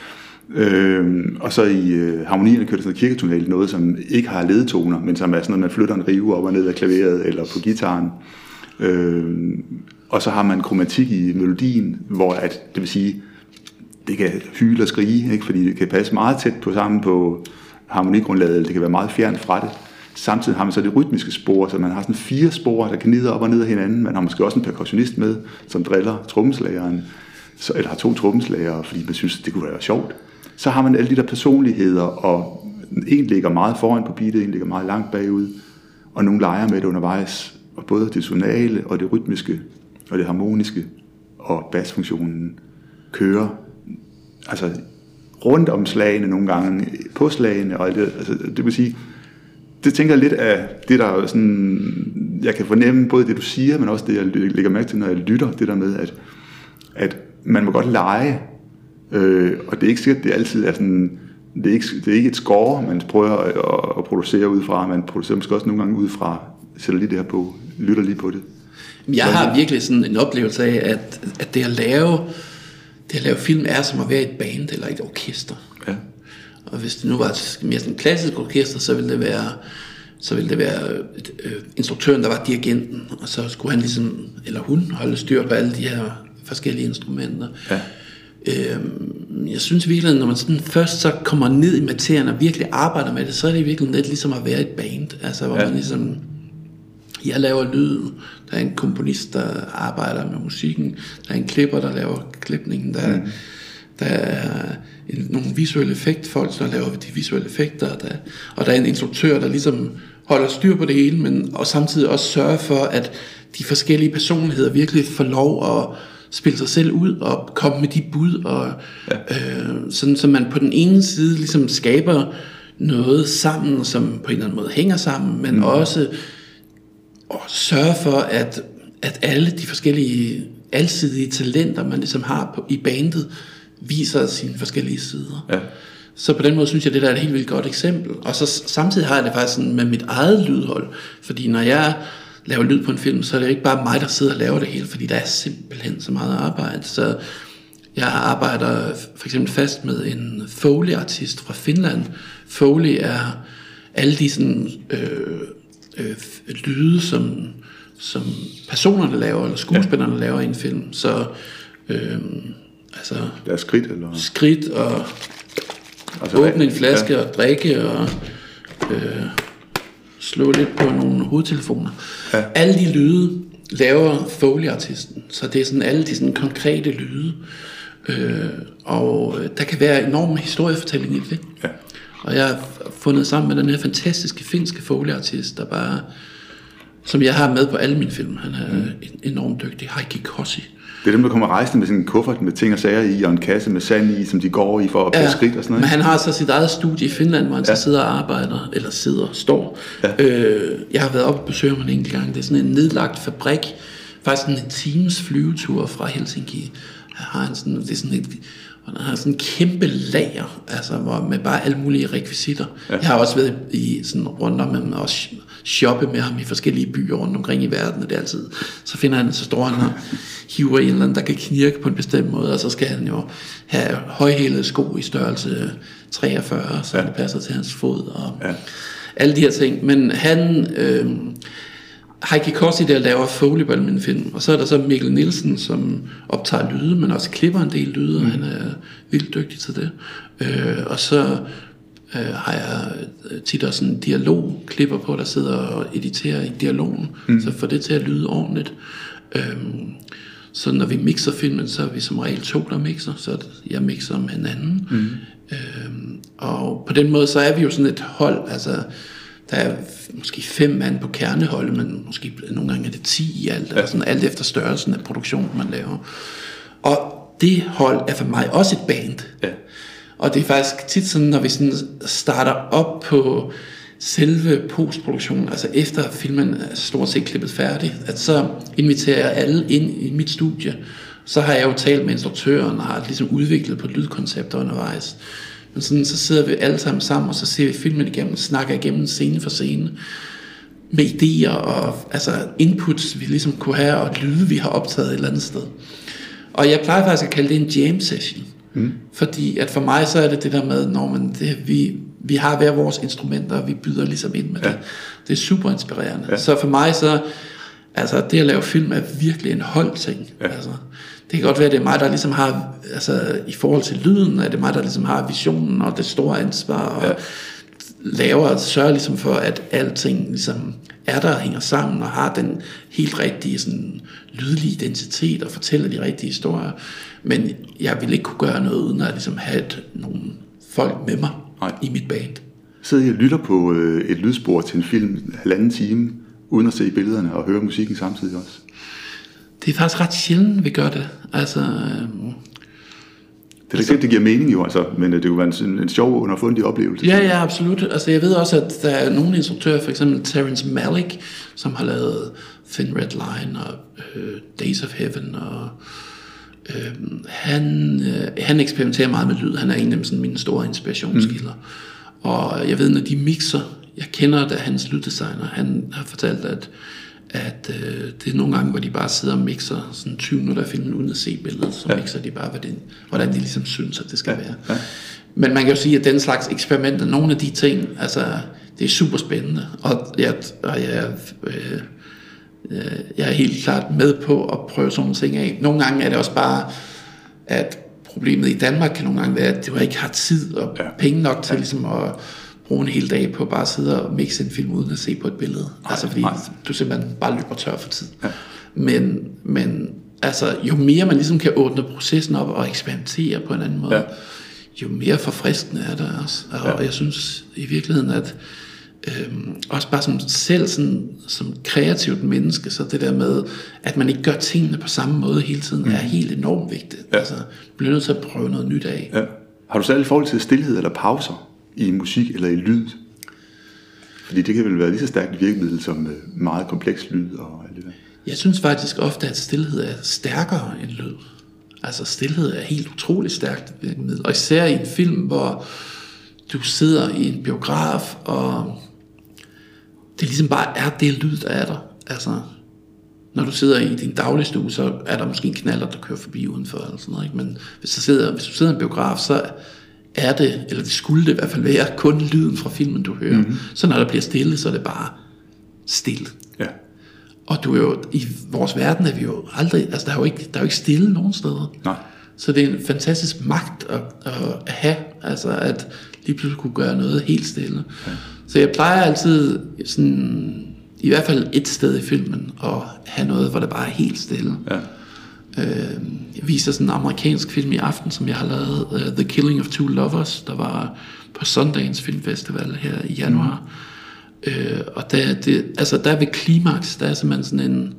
Øhm, og så i øh, harmonierne kører der sådan noget kirketonalt, noget som ikke har ledetoner, men som er sådan noget, man flytter en rive op og ned af klaveret eller på gitaren. Øhm, og så har man kromatik i melodien, hvor at, det vil sige, det kan hyle og skrige, ikke? Fordi det kan passe meget tæt på sammen på harmonigrundlaget, eller det kan være meget fjernt fra det. Samtidig har man så det rytmiske spor, så man har sådan fire spor, der kan nide op og ned af hinanden. Man har måske også en percussionist med, som driller trommeslageren, så, eller har to trommeslagere, fordi man synes, det kunne være sjovt. Så har man alle de der personligheder, og en ligger meget foran på beatet, en ligger meget langt bagud, og nogle leger med det undervejs. Og både det tonale, og det rytmiske, og det harmoniske, og basfunktionen kører, altså rundt om slagene nogle gange, på slagene, og det, altså, det vil sige, det tænker jeg lidt af det, der sådan, jeg kan fornemme, både det du siger, men også det, jeg lægger mærke til, når jeg lytter, det der med, at, at man må godt lege, øh, og det er ikke sikkert, det altid er sådan, det er ikke, det er ikke et score, man prøver at, at producere ud fra, man producerer måske også nogle gange ud fra, sætter lige det her på, lytter lige på det.
Jeg har virkelig sådan en oplevelse af, at, at det at lave det at lave film er som at være et band eller et orkester. Ja. Og hvis det nu var et mere sådan klassisk orkester, så ville det være, så ville det være øh, instruktøren, der var dirigenten, og så skulle han ligesom, eller hun, holde styr på alle de her forskellige instrumenter. Ja. Øhm, jeg synes virkelig, når man sådan først så kommer ned i materien og virkelig arbejder med det, så er det virkelig lidt ligesom at være et band, altså hvor ja. man ligesom, jeg laver lyd, der er en komponist, der arbejder med musikken, der er en klipper, der laver klipningen, der, mm. der er en, nogle visuelle effektfolk, der laver de visuelle effekter, der, og der er en instruktør, der ligesom holder styr på det hele, men og samtidig også sørger for, at de forskellige personligheder virkelig får lov at spille sig selv ud og komme med de bud, og ja. øh, sådan så man på den ene side ligesom skaber noget sammen, som på en eller anden måde hænger sammen, men mm. også og sørger for, at, at alle de forskellige alsidige talenter, man ligesom har på, i bandet, viser sine forskellige sider. Ja. Så på den måde synes jeg, det der er et helt vildt godt eksempel. Og så samtidig har jeg det faktisk sådan med mit eget lydhold, fordi når jeg laver lyd på en film, så er det ikke bare mig, der sidder og laver det hele, fordi der er simpelthen så meget arbejde. Så jeg arbejder for eksempel fast med en Foley-artist fra Finland. Foley er alle de sådan, øh, øh, lyde, som, som personerne laver, eller skuespillerne ja. laver i en film. Så øh, altså...
Der er skridt, eller?
Skridt, og altså, åbne en flaske, ja. og drikke, og øh, slå lidt på nogle hovedtelefoner. Ja. Alle de lyde laver Foley-artisten, så det er sådan alle de sådan konkrete lyde. Øh, og der kan være enorme historiefortælling i det. Ja. Og jeg har fundet sammen med den her fantastiske finske Foley-artist, der bare, som jeg har med på alle mine film. Han er mm. enormt dygtig. Heikki Kossi.
Det er dem, der kommer rejsende med sådan en kuffert med ting og sager i, og en kasse med sand i, som de går i for at tage
ja,
skridt og sådan noget.
Men han har så sit eget studie i Finland, hvor han ja. så sidder og arbejder, eller sidder og står. Ja. Øh, jeg har været oppe og besøge ham en enkelt gang. Det er sådan en nedlagt fabrik. Faktisk en times flyvetur fra Helsinki. Her har han sådan, det er sådan et, han har sådan en kæmpe lager, altså hvor med bare alle mulige rekvisitter. Ja. Jeg har også været i sådan rundt om ham og shoppe med ham i forskellige byer rundt omkring i verden, og det er altid, så finder han, så står han og hiver en eller anden, der kan knirke på en bestemt måde, og så skal han jo have højhælede sko i størrelse treogfyrre, så ja. det passer til hans fod, og ja. alle de her ting. Men han, øh, Heikki Kossi, der laver Foley på alle mine film, og så er der så Mikkel Nielsen, som optager lyde, men også klipper en del lyde, og mm. han er vildt dygtig til det. Øh, og så øh, har jeg tit også en dialogklipper på, der sidder og editerer i dialogen, mm. så får det til at lyde ordentligt. Øh, så når vi mixer filmen, så er vi som regel to, der mixer, så jeg mixer med hinanden. Mm. Øh, og på den måde, så er vi jo sådan et hold, altså der er måske fem mand på kerneholdet, men måske nogle gange er det ti i alt, ja. eller sådan, alt efter størrelsen af produktionen, man laver. Og det hold er for mig også et band. Ja. Og det er faktisk tit sådan, når vi sådan starter op på selve postproduktionen, altså efter filmen er stort set klippet færdig, at så inviterer jeg alle ind i mit studie. Så har jeg jo talt med instruktøren og har ligesom udviklet på lydkoncepter undervejs. Men sådan, så sidder vi alle sammen sammen, og så ser vi filmen igennem, snakker igennem scene for scene, med idéer og altså inputs, vi ligesom kunne have, og lyde, vi har optaget et eller andet sted. Og jeg plejer faktisk at kalde det en jam session, mm. fordi at for mig så er det det der med, når man, det, vi, vi har hver vores instrumenter, og vi byder ligesom ind med ja. det. Det er super inspirerende. Ja. Så for mig så, altså det at lave film er virkelig en holdting. Ja. Altså, det kan godt være, at det er mig, der ligesom har, altså i forhold til lyden, at det er mig, der ligesom har visionen og det store ansvar, og ja. laver og sørger ligesom for, at alting ligesom er der og hænger sammen, og har den helt rigtige sådan lydlige identitet, og fortæller de rigtige historier. Men jeg vil ikke kunne gøre noget, uden at ligesom have et, nogle folk med mig Nej. i mit band.
Sidder jeg og lytter på øh, et lydspor til en film halvanden time, uden at se billederne og høre musikken samtidig også? Det
er faktisk ret sjældent, vi gør det. Altså, øh,
det er ikke det, det giver mening jo, altså, men det kunne være en, en sjov underfundig oplevelse.
Ja, ja, absolut. Altså, jeg ved også, at der er nogle instruktører, for eksempel Terrence Malick, som har lavet Thin Red Line og øh, Days of Heaven, og øh, han, øh, han eksperimenterer meget med lyd. Han er en af sådan, mine store inspirationskilder. Mm. Og jeg ved, når de mixer, jeg kender da hans lyddesigner, han har fortalt, at at øh, det er nogle gange, hvor de bare sidder og mixer sådan tyve minutter af filmen uden at se billedet, så ja. mixer de bare, hvordan, hvordan de ligesom synes, at det skal ja. være. Ja. Men man kan jo sige, at den slags eksperimenter, nogle af de ting, altså, det er super spændende, og jeg, og jeg, øh, jeg er helt klart med på at prøve sådan nogle ting af. Nogle gange er det også bare, at problemet i Danmark kan nogle gange være, at du ikke har tid og ja. penge nok til ja. ligesom at bruge en hel dag på bare at sidde og mixe en film uden at se på et billede. Nej, altså fordi nej. du simpelthen bare løber tør for tid. Ja. Men, men altså, jo mere man ligesom kan åbne processen op og eksperimentere på en anden måde, ja. jo mere forfriskende er det også. Og ja. jeg synes i virkeligheden, at øhm, også bare som selv sådan, som kreativt menneske, så det der med, at man ikke gør tingene på samme måde hele tiden, mm. er helt enormt vigtigt. Ja. Altså, du bliver nødt til at prøve noget nyt af. Ja.
Har du særligt forhold til stillhed eller pauser i musik eller i lyd? Fordi det kan vel være lige så stærkt et virkemiddel som meget kompleks lyd og alt det der.
Jeg synes faktisk ofte, at stillhed er stærkere end lyd. Altså stillhed er helt utroligt stærkt virkemiddel. Og især i en film, hvor du sidder i en biograf, og det ligesom bare er det lyd, der er der. Altså, når du sidder i din dagligstue, så er der måske en knaller, der kører forbi udenfor, eller sådan noget, ikke? Men hvis du, sidder, hvis du sidder i en biograf, så er det, eller det skulle det i hvert fald være, kun lyden fra filmen, du hører. Mm-hmm. Så når der bliver stille, så er det bare stille. Ja. Og du er jo, i vores verden er vi jo aldrig, altså der er jo ikke, der er jo ikke stille nogen steder. Nej. Så det er en fantastisk magt at, at have, altså at lige pludselig kunne gøre noget helt stille. Ja. Så jeg plejer altid sådan, i hvert fald et sted i filmen, at have noget, hvor det bare er helt stille. Ja. Øh, jeg viser sådan en amerikansk film i aften, som jeg har lavet, uh, The Killing of Two Lovers, der var på Sundance Filmfestival her i januar. Mm. Øh, og der, det, altså der ved klimaks, der er simpelthen sådan en,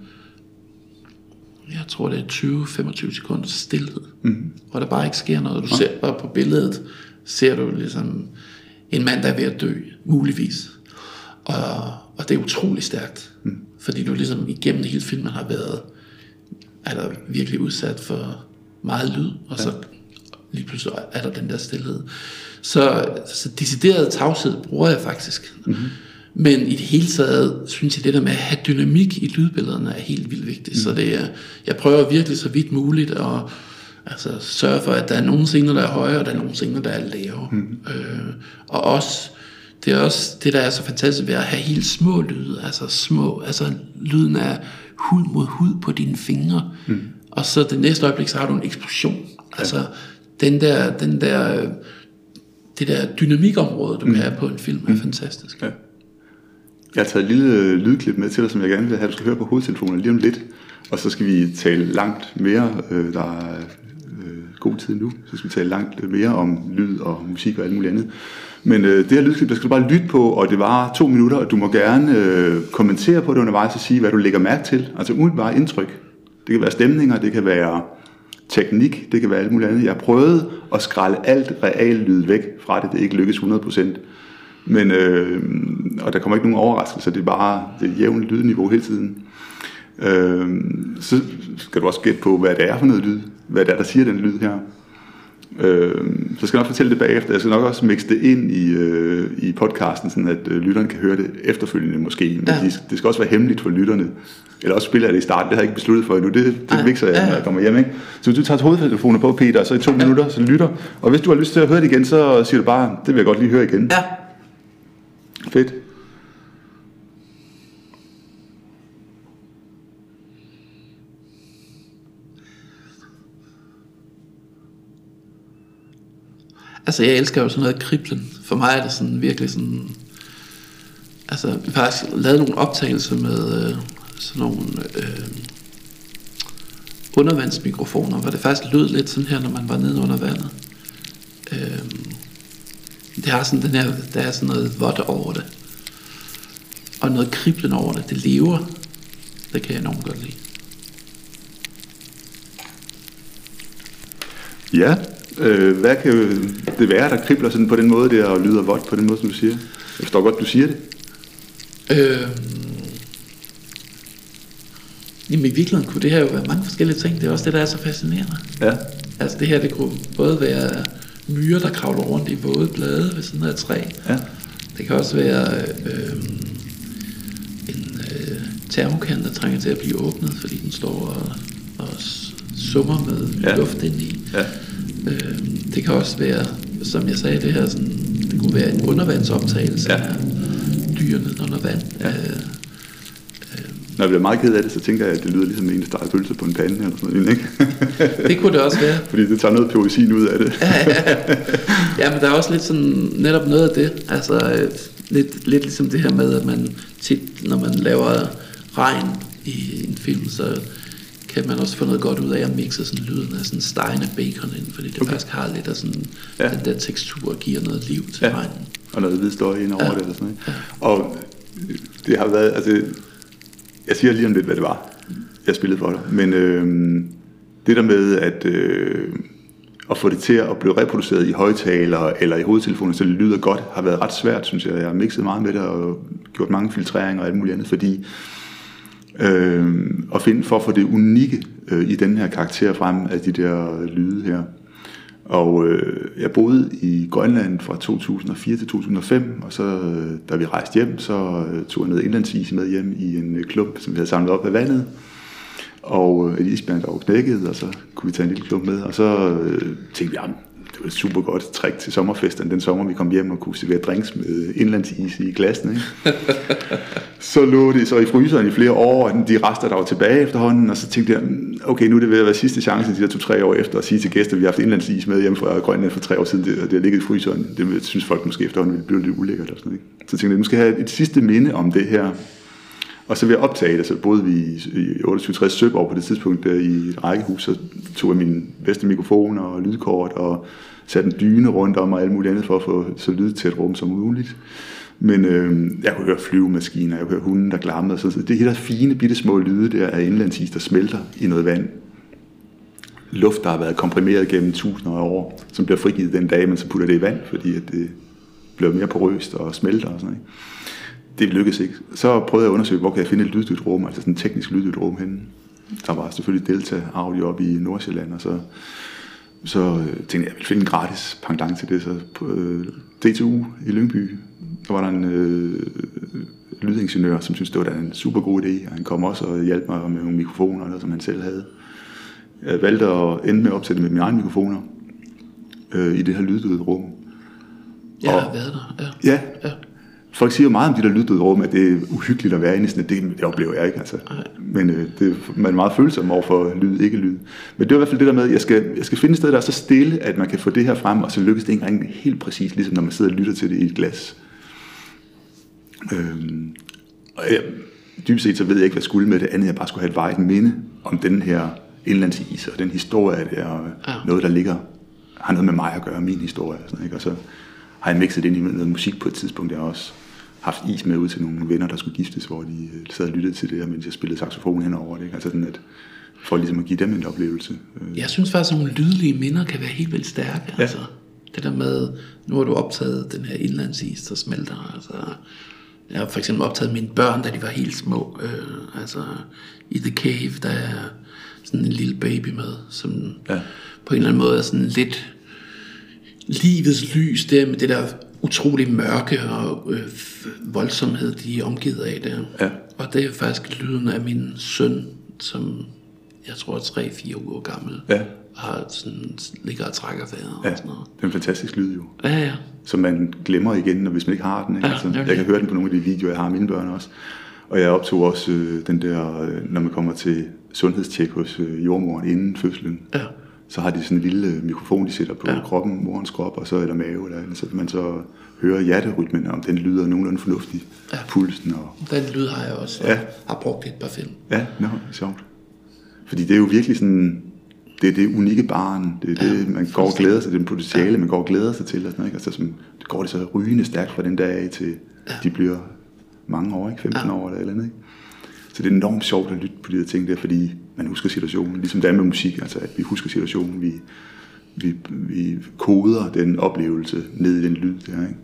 jeg tror det er tyve til femogtyve sekunder stillhed, mm. hvor der bare ikke sker noget. Du ser bare på billedet, ser du ligesom en mand, der er ved at dø, muligvis. Og, og det er utrolig stærkt, mm. fordi du ligesom igennem hele filmen har været er der virkelig udsat for meget lyd, og så lige pludselig er der den der stillhed. Så, så decideret tavshed bruger jeg faktisk. Mm-hmm. Men i det hele taget, synes jeg, det der med at have dynamik i lydbillederne er helt vildt vigtigt. Mm. Så det er, jeg prøver virkelig så vidt muligt at altså, sørge for, at der er nogle scener, der er højere, og der er nogle scener, der er lave. Mm. Øh, og også, det er også det, der er så fantastisk ved at have helt små lyde, altså små, altså lyden er hud mod hud på dine fingre, mm. og så det næste øjeblik, så har du en eksplosion. Ja. Altså, den der, den der, det der dynamikområde, du mm. kan have på en film, er mm. fantastisk. Ja.
Jeg har taget et lille lydklip med til dig, som jeg gerne vil have, du skal høre på hovedtelefonen lige om lidt, og så skal vi tale langt mere, øh, der er øh, god tid nu, så skal vi tale langt mere om lyd og musik og alt muligt andet. Men øh, det her lydklip, der skal du bare lytte på, og det var to minutter, og du må gerne øh, kommentere på det undervejs og sige, hvad du lægger mærke til. Altså umiddelbart indtryk. Det kan være stemninger, det kan være teknik, det kan være alt muligt andet. Jeg har prøvet at skrælle alt real lyd væk fra det, det ikke lykkes hundrede procent. Men, øh, og der kommer ikke nogen overraskelser, det er bare det er jævnt lydniveau hele tiden. Øh, så skal du også gætte på, hvad det er for noget lyd, hvad det er, der siger den lyd her. Øh, så skal jeg nok fortælle det bagefter. Jeg skal nok også mixe det ind i, øh, i podcasten, sådan at øh, lytterne kan høre det efterfølgende måske. Men ja. de, det skal også være hemmeligt for lytterne. Eller også spiller jeg det i starten, det har jeg ikke besluttet for endnu. Det, det mixer jeg, når jeg kommer hjem, ikke? Så hvis du tager hovedtelefoner på, Peter, så i to ja. minutter, så lytter. Og hvis du har lyst til at høre det igen, så siger du bare, det vil jeg godt lige høre igen. Ja. Fedt.
Altså jeg elsker jo sådan noget kriblen. For mig er det sådan virkelig sådan, altså vi har faktisk lavet nogle optagelser med øh, sådan nogle øh, undervandsmikrofoner, hvor det faktisk lød lidt sådan her, når man var nede under vandet. Øh, det har sådan den her, der er sådan noget vådt over det, og noget kriblen over det. Det lever. Det kan jeg enormt godt lide.
Ja. Øh, hvad kan det være, der kribler sådan på den måde der, og lyder vådt på den måde, som du siger? Jeg forstår godt, du siger det.
Øh, jamen i virkeligheden kunne det her jo være mange forskellige ting. Det er også det, der er så fascinerende. Ja. Altså det her, det kunne både være myrer, der kravler rundt i våde blade ved sådan et træ. Ja. Det kan også være øh, en øh, termokan, der trænger til at blive åbnet, fordi den står og, og summer med ja. luft ind i. Ja. Øh, det kan også være, som jeg sagde, det her sådan, det kunne være en undervandsoptagelse ja. af dyrene under vand. Ja. Øh, øh,
Når jeg bliver meget ked af det, så tænker jeg, at det lyder ligesom en, der steger pølse på en pande eller sådan noget, ikke?
Det kunne det også være.
Fordi det tager noget poesi ud af det.
ja, ja. ja, men der er også lidt sådan, netop noget af det. Altså øh, lidt, lidt ligesom det her med, at man tit, når man laver regn i en film, så kan man også få noget godt ud af at mixe sådan lyden af sådan stegende bacon ind, fordi det okay. faktisk har lidt af sådan, ja. den der tekstur og giver noget liv til
ja.
regnen.
Og noget hvid støj ind over
ja.
det eller sådan noget.
Ja.
Og det har været, altså, jeg siger lige om lidt, hvad det var, jeg spillede for dig, men øh, det der med at, øh, at få det til at blive reproduceret i højtalere eller i hovedtelefoner, så det lyder godt, har været ret svært, synes jeg. Jeg har mixet meget med det og gjort mange filtreringer og alt muligt andet, fordi øh, at finde for at få det unikke øh, i den her karakter frem af de der lyde her. Og øh, jeg boede i Grønland fra to tusind og fire til to tusind og fem, og så øh, da vi rejste hjem, så øh, tog jeg noget indlandsis med hjem i en øh, klump, som vi havde samlet op af vandet. Og øh, et isbjørn, der var knækket, og så kunne vi tage en lille klump med. Og så øh, tænkte vi, jamen, det var et super godt trick til sommerfesten. Den sommer, vi kom hjem og kunne servere drinks med indlandsis i glassen. Ikke? Så lå det så i fryseren i flere år, og de rester, der var tilbage efterhånden. Og så tænkte jeg, okay, nu er det ved at være sidste chance de der to-tre år efter at sige til gæster, at vi har haft indlandsis med hjemme fra Grønland for tre år siden. Det, det har ligget i fryseren. Det synes folk måske efterhånden ville blive lidt ulækkert. Og sådan, ikke? Så tænkte jeg, nu skal jeg have et sidste minde om det her. Og så ved at optage det, så boede vi i otteogtyve tres Søborg på det tidspunkt der i et rækkehus, så tog jeg mine bedste mikrofoner og lydkort og satte en dyne rundt om og alt muligt andet for at få så lydtæt rum som muligt. Men øh, jeg kunne høre flyvemaskiner, jeg kunne høre hunden, der glammede. Så det her fine, bitte små lyde der af indlandsis, der smelter i noget vand. Luft, der har været komprimeret gennem tusinder af år, som bliver frigivet den dag, men så putter det i vand, fordi at det bliver mere porøst og smelter og sådan noget. Det lykkedes ikke. Så prøvede jeg at undersøge, hvor kan jeg finde et lyddyt rum, altså sådan en teknisk lyddyt rum henne. Der var selvfølgelig Delta Audio op i Nordsjælland, og så, så tænkte jeg, at jeg ville finde en gratis pendant til det. Så på øh, D T U i Lyngby, der var der en øh, lydingeniør, som syntes, det var en super god idé, og han kom også og hjalp mig med nogle mikrofoner, der, som han selv havde. Jeg valgte at ende med at opsætte med mine egne mikrofoner øh, i det her lyddyt rum.
Jeg har været der, ja.
Ja. ja. Folk siger jo meget om de der lyddøde rum, at det er uhyggeligt at være inde i sådan et, det, det oplever jeg ikke, altså. Men øh, det, man er meget følsom over for lyd, ikke lyd. Men det er i hvert fald det der med, at jeg skal, jeg skal finde et sted, der er så stille, at man kan få det her frem, og så lykkes det ikke engang helt præcis, ligesom når man sidder og lytter til det i et glas. Øhm, og jeg, dybest set så ved jeg ikke, hvad jeg skulle med det andet, jeg bare skulle have et vejt minde om den her indlandsis, og den historie der, og ja. noget, der ligger, har noget med mig at gøre, min historie, og sådan, ikke? Og så har jeg mixet ind i noget musik på et tidspunkt. Jeg har også haft is med ud til nogle venner, der skulle giftes, hvor de sad og lyttede til det, mens jeg spillede saxofon henover det. Ikke? Altså sådan, at for ligesom at give dem en oplevelse.
Jeg synes faktisk, at nogle lydlige minder kan være helt vildt stærke. Ja. Altså, det der med, nu har du optaget den her indlandsis, der smelter. Altså, jeg har for eksempel optaget mine børn, da de var helt små. Øh, altså, i The Cave, der er sådan en lille baby med, som ja. på en eller anden måde er sådan lidt livets lys der med det der utrolig mørke og øh, voldsomhed, de er omgivet af der. Ja. Og det er faktisk lyden af min søn, som jeg tror er tre fire uger gammel, ja. har sådan, ligger og trækker vejret ja. og sådan noget. Det
er en fantastisk lyd jo.
Ja, ja.
Som man glemmer igen, når hvis man ikke har den. Ikke? Ja, altså, jeg kan høre den på nogle af de videoer, jeg har af mine børn også. Og jeg optog også øh, den der, øh, når man kommer til sundhedstjek hos øh, jordmoren inden fødslen. Ja. Så har de sådan en lille mikrofon, de sætter på ja. kroppen, morens krop, og så er der mave, eller andet, så man så hører hjerterytmen, om den lyder nogenlunde fornuftig, ja. pulsen. Og
den lyd har jeg også, og ja. har brugt et par film.
Ja, nå, sjovt. Fordi det er jo virkelig sådan, det er det unikke barn, det er ja, det, man går og glæder sig til, den potentiale, ja. man går og glæder sig til, og sådan, ikke? Altså, som, det går det så rygende stærkt fra den dag af til, ja. de bliver mange år, ikke? femten ja. år eller eller andet, ikke? Så det er enormt sjovt at lytte på de her ting der, fordi man husker situationen, ligesom det er med musik, altså at vi husker situationen, vi, vi, vi koder den oplevelse ned i den lyd der, ikke?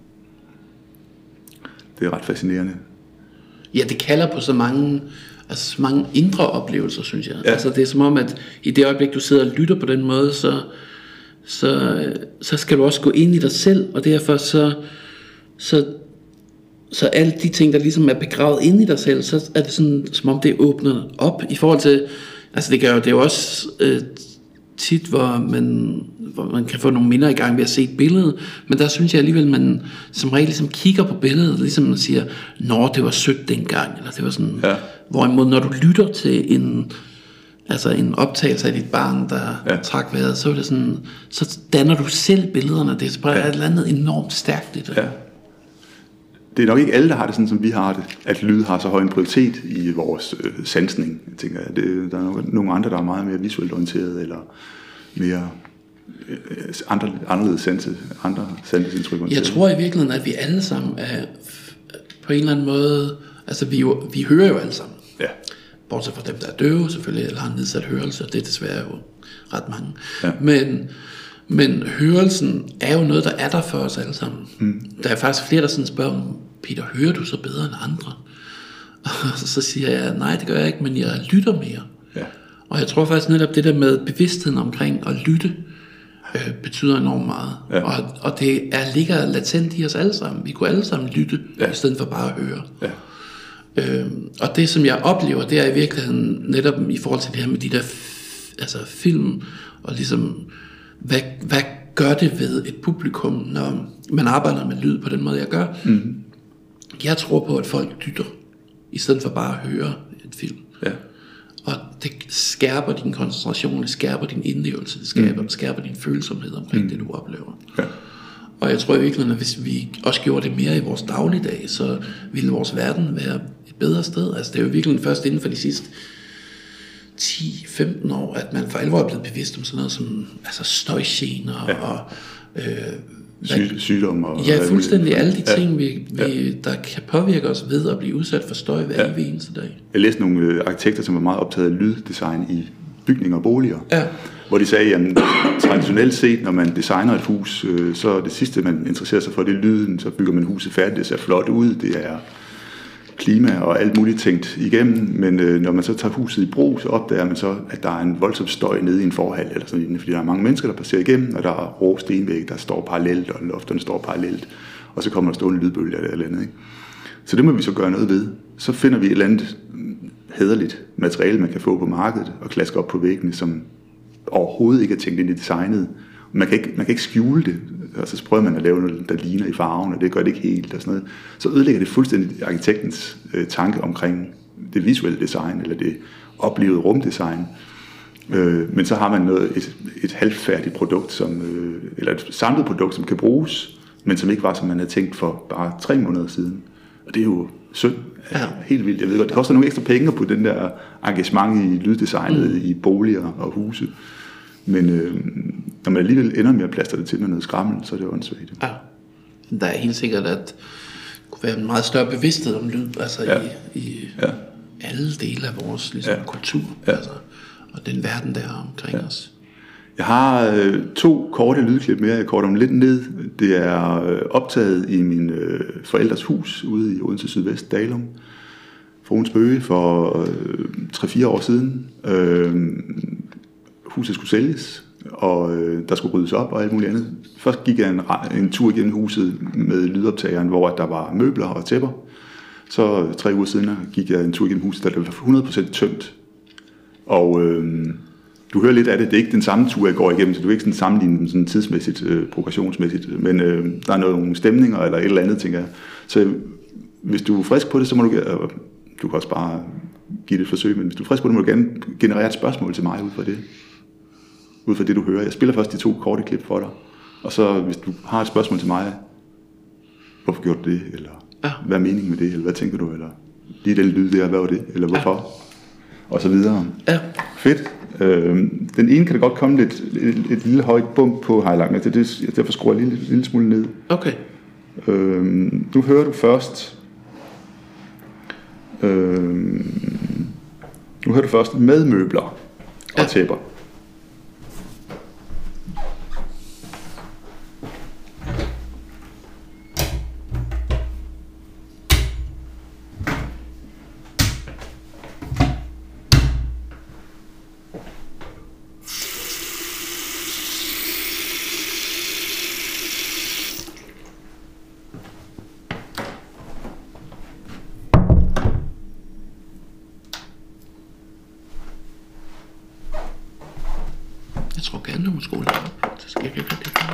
Det er ret fascinerende.
Ja, det kalder på så mange, altså så mange indre oplevelser, synes jeg. Ja. Altså det er som om, at i det øjeblik, du sidder og lytter på den måde, så, så, så skal du også gå ind i dig selv, og derfor så, så Så alle de ting, der ligesom er begravet inde i dig selv, så er det sådan, som om det åbner op i forhold til, altså det gør jo, det er jo også øh, tit, hvor man, hvor man kan få nogle minder i gang ved at se et billede, men der synes jeg alligevel, man som regel ligesom kigger på billedet, ligesom man siger, nå, det var sødt dengang, eller det var sådan, ja. hvorimod når du lytter til en, altså en optagelse af dit barn, der ja. trak vejret, så er det sådan, så danner du selv billederne, det er bare ja. et eller andet enormt stærkt i det. Ja.
det er nok ikke alle, der har det sådan, som vi har det, at lyd har så høj en prioritet i vores øh, sansning. Jeg tænker, det, der er nok nogle andre, der er meget mere visuelt orienteret, eller mere øh, andre, anderledes sanse, andre sansindtryk orienteret.
Jeg tror i virkeligheden, at vi alle sammen er på en eller anden måde, altså vi, jo, vi hører jo alle sammen.
Ja.
Bortset fra dem, der er døve selvfølgelig, eller har nedsat hørelse, det er desværre jo ret mange. Ja. Men, men hørelsen er jo noget, der er der for os alle sammen. Mm. Der er faktisk flere, der sådan spørger, Peter, hører du så bedre end andre? Og så siger jeg, nej, det gør jeg ikke, men jeg lytter mere. Ja. Og jeg tror faktisk netop det der med bevidstheden omkring at lytte, øh, betyder enormt meget. Ja. Og, og det er, ligger latent i os alle sammen. Vi kunne alle sammen lytte, ja. I stedet for bare at høre. Ja. Øhm, og det som jeg oplever, det er i virkeligheden netop i forhold til det her med de der f- altså film, og ligesom hvad, hvad gør det ved et publikum, når man arbejder med lyd på den måde jeg gør. Mm-hmm. Jeg tror på, at folk lytter i stedet for bare at høre en film. Ja. Og det skærper din koncentration, det skærper din indlevelse, det skærper, mm. skærper din følsomhed omkring mm. det du oplever. Ja. Og jeg tror i virkeligheden, at hvis vi også gjorde det mere i vores dagligdag, så ville vores verden være et bedre sted. Altså det er jo virkelig først inden for de sidste ti til femten år, at man for alvor er blevet bevidst om sådan noget som altså støjgener ja. og øh,
Sy- sygdom og
ja, fuldstændig alle de ting, ja. vi, vi, der kan påvirke os ved at blive udsat for støj hver ja. eneste dag.
Jeg læste nogle øh, arkitekter, som var meget optaget af lyddesign i bygninger og boliger. Ja. Hvor de sagde, at traditionelt set, når man designer et hus, øh, så er det sidste, man interesserer sig for, det er lyden. Så bygger man huset færdigt, det ser flot ud, det er klima og alt muligt tænkt igennem. Men øh, når man så tager huset i brug, så opdager man så, at der er en voldsom støj nede i en forhal, eller sådan, fordi der er mange mennesker, der passerer igennem, og der er rå stenvæg, der står parallelt, og lofterne står parallelt, og så kommer der stående lydbølger eller andet. Ikke? Så det må vi så gøre noget ved. Så finder vi et eller andet hæderligt materiale, man kan få på markedet, og klaske op på væggene, som overhovedet ikke er tænkt ind i designet. Man kan ikke, man kan ikke skjule det, og så prøver man at lave noget, der ligner i farven, og det gør det ikke helt. Og sådan noget. Så ødelægger det fuldstændig arkitektens øh, tanke omkring det visuelle design, eller det oplevede rumdesign. Øh, men så har man noget, et, et halvfærdigt produkt, som, øh, eller et samlet produkt, som kan bruges, men som ikke var, som man havde tænkt for bare tre måneder siden. Og det er jo synd. Ja. Helt vildt. Jeg ved godt, det koster nogle ekstra penge på den der engagement i lyddesignet, mm. i boliger og huse. Men øh, når man alligevel ender med at plaster det til med noget skrammel, så er det jo åndssvagt.
Ja. Der er helt sikkert, at det kunne være en meget større bevidsthed om lyd, altså ja. i, i ja. alle dele af vores ligesom, ja. kultur, ja. altså, og den verden, der er omkring ja. os.
Jeg har øh, to korte lydklip mere, jeg korter dem lidt ned. Det er øh, optaget i min øh, forældres hus ude i Odense Sydvest, Dalum, Fruens Bøge, for øh, tre fire år siden. Øh, huset skulle sælges, og øh, der skulle ryddes op og alt muligt andet. Først gik jeg en, en tur igennem huset med lydoptageren, hvor der var møbler og tæpper. Så tre uger siden gik jeg en tur igennem huset, der var hundrede procent tømt. Og øh, du hører lidt af det. Det er ikke den samme tur, jeg går igennem, så du kan ikke sådan sammenligne dem sådan tidsmæssigt, øh, progressionsmæssigt. Men øh, der er nogle stemninger eller et eller andet, tænker jeg. Så hvis du er frisk på det, så må du... Øh, du kan også bare give det et forsøg, men hvis du er frisk på det, må du gerne generere et spørgsmål til mig ud fra det. Ud fra det, du hører. Jeg spiller først de to korte klip for dig. Og så, hvis du har et spørgsmål til mig, hvorfor gjorde du det? Eller ja. hvad er meningen med det? Eller hvad tænker du? Eller lige den lyd der, hvad var det? Eller hvorfor? Ja. Og så videre. Ja. Fedt. Øhm, den ene kan da godt komme lidt, et, et lille højt bump på highlighten. Det, det, derfor skruer jeg en lille, lille smule ned.
Okay.
Øhm, nu hører du først... Øhm, nu hører du først med møbler og ja. tæpper.
Jeg tror gerne, du må skrue lidt op. Så skal jeg ikke det her.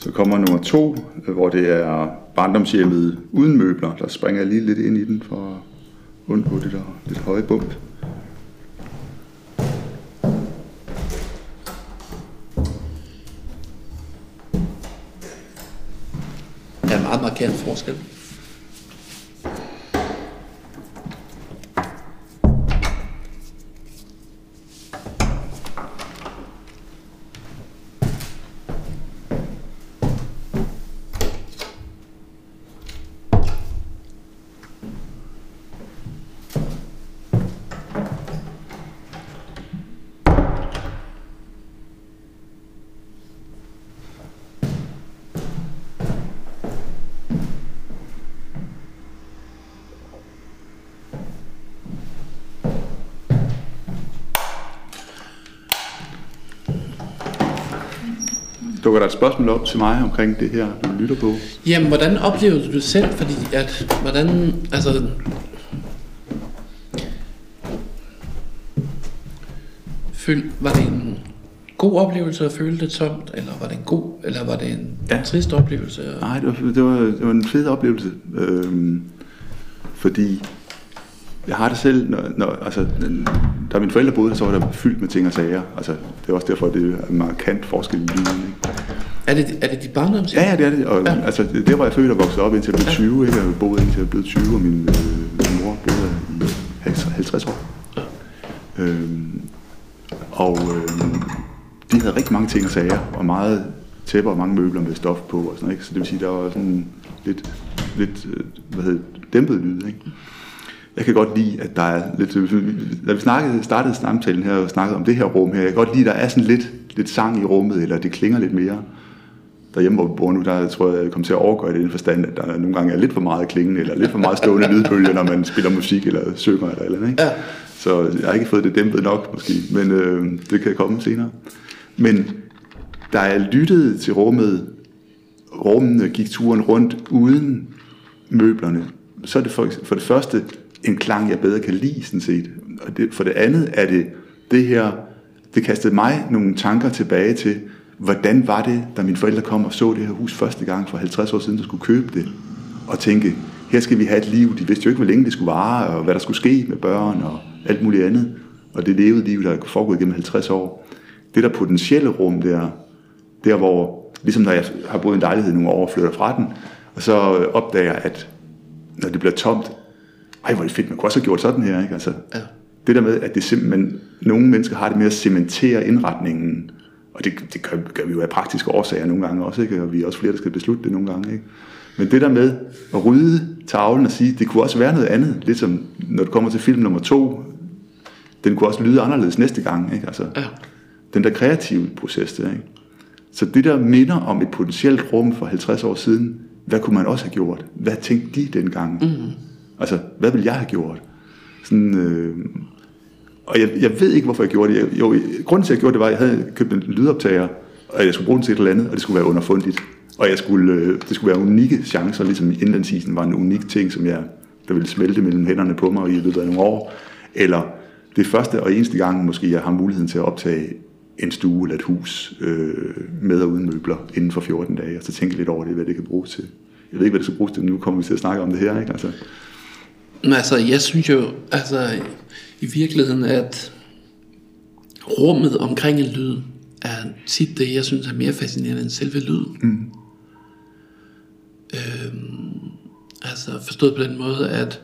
Så kommer nummer to, hvor det er barndomshjemmet uden møbler. Der springer jeg lige lidt ind i den for at undgå det der lidt høje bump.
Der er meget markant forskel.
Dukker der et spørgsmål op til mig omkring det her, du lytter på?
Jamen, hvordan oplever du det selv? Fordi at, hvordan, altså... Føl, var det en god oplevelse at føle det tomt, eller var det en god, eller var det en ja. trist oplevelse?
Nej, det var, det var, det var en fed oplevelse, øhm, fordi jeg har det selv, når, når, altså, da mine forældre boede, så var der fyldt med ting og sager. Altså, det er også derfor, det er en markant forskel i lyden.
Er det, er det de barndomshjem?
Ja, ja, det er det. Og, ja. Altså, der var jeg født og vokset op indtil jeg blev tyve. Ikke? Jeg boede indtil jeg blev tyve, og min, øh, min mor boede i halvtreds år. Ja. Øhm, og øh, de havde rigtig mange ting og sager, og meget tæpper og mange møbler med stof på. Og sådan, ikke? Så det vil sige, der var sådan lidt, lidt hvad hedder, dæmpet lyd. Ikke? Jeg kan godt lide, at der er lidt... Da vi snakkede, startede samtalen her og snakkede om det her rum her, jeg kan godt lide, at der er sådan lidt, lidt sang i rummet, eller det klinger lidt mere. Derhjemme, hvor vi bor nu, der tror jeg, jeg kommer til at overgøre det i den forstand, at der nogle gange er lidt for meget klingende, eller lidt for meget stående lydbølger, når man spiller musik, eller synger, eller eller andet, ikke? Ja. Så jeg har ikke fået det dæmpet nok, måske, men øh, det kan komme senere. Men der er lyttet til rummet, rummene gik turen rundt uden møblerne, så er det for, for det første en klang, jeg bedre kan lide, sådan set. Og det, for det andet er det det her, det kastede mig nogle tanker tilbage til, hvordan var det, da mine forældre kom og så det her hus første gang for halvtreds år siden, der skulle købe det, og tænke, her skal vi have et liv. De vidste jo ikke, hvor længe det skulle vare, og hvad der skulle ske med børn, og alt muligt andet. Og det levede liv, der er foregået gennem halvtreds år. Det der potentielle rum der, der hvor, ligesom når jeg har boet i en lejlighed nogle år og flytter fra den, og så opdager jeg, at når det bliver tomt, ej, hvor er det fedt, man kunne også have gjort sådan her, ikke? Altså, ja. Det der med, at det simpelthen, nogle mennesker har det med at cementere indretningen, og det, det gør, gør vi jo af praktiske årsager nogle gange også, ikke? Og vi er også flere, der skal beslutte det nogle gange, ikke? Men det der med at rydde tavlen og sige, det kunne også være noget andet, lidt som når du kommer til film nummer to, den kunne også lyde anderledes næste gang, ikke? Altså, ja. Den der kreative proces der, ikke? Så det der minder om et potentielt rum for halvtreds år siden, hvad kunne man også have gjort? Hvad tænkte de dengang? Mm. Altså, hvad ville jeg have gjort? Sådan, øh, og jeg, jeg ved ikke, hvorfor jeg gjorde det. Jeg, jo, grunden til, at jeg gjorde det, var, at jeg havde købt en lydoptager, og jeg skulle bruge den til et eller andet, og det skulle være underfundigt. Og jeg skulle, øh, det skulle være unikke chancer, ligesom indlandsisen var en unik ting, som jeg, der ville smelte mellem hænderne på mig i løbet af nogle år. Eller det første og eneste gang, måske jeg har muligheden til at optage en stue eller et hus øh, med og uden møbler inden for fjorten dage, og så tænke lidt over det, hvad det kan bruges til. Jeg ved ikke, hvad det skal bruges til, nu kommer vi til at snakke om det her, ikke? Altså.
Men altså, jeg synes jo, altså, i virkeligheden, at rummet omkring en lyd, er tit det, jeg synes er mere fascinerende end selve lyden. Mm. Øhm, altså, forstået på den måde, at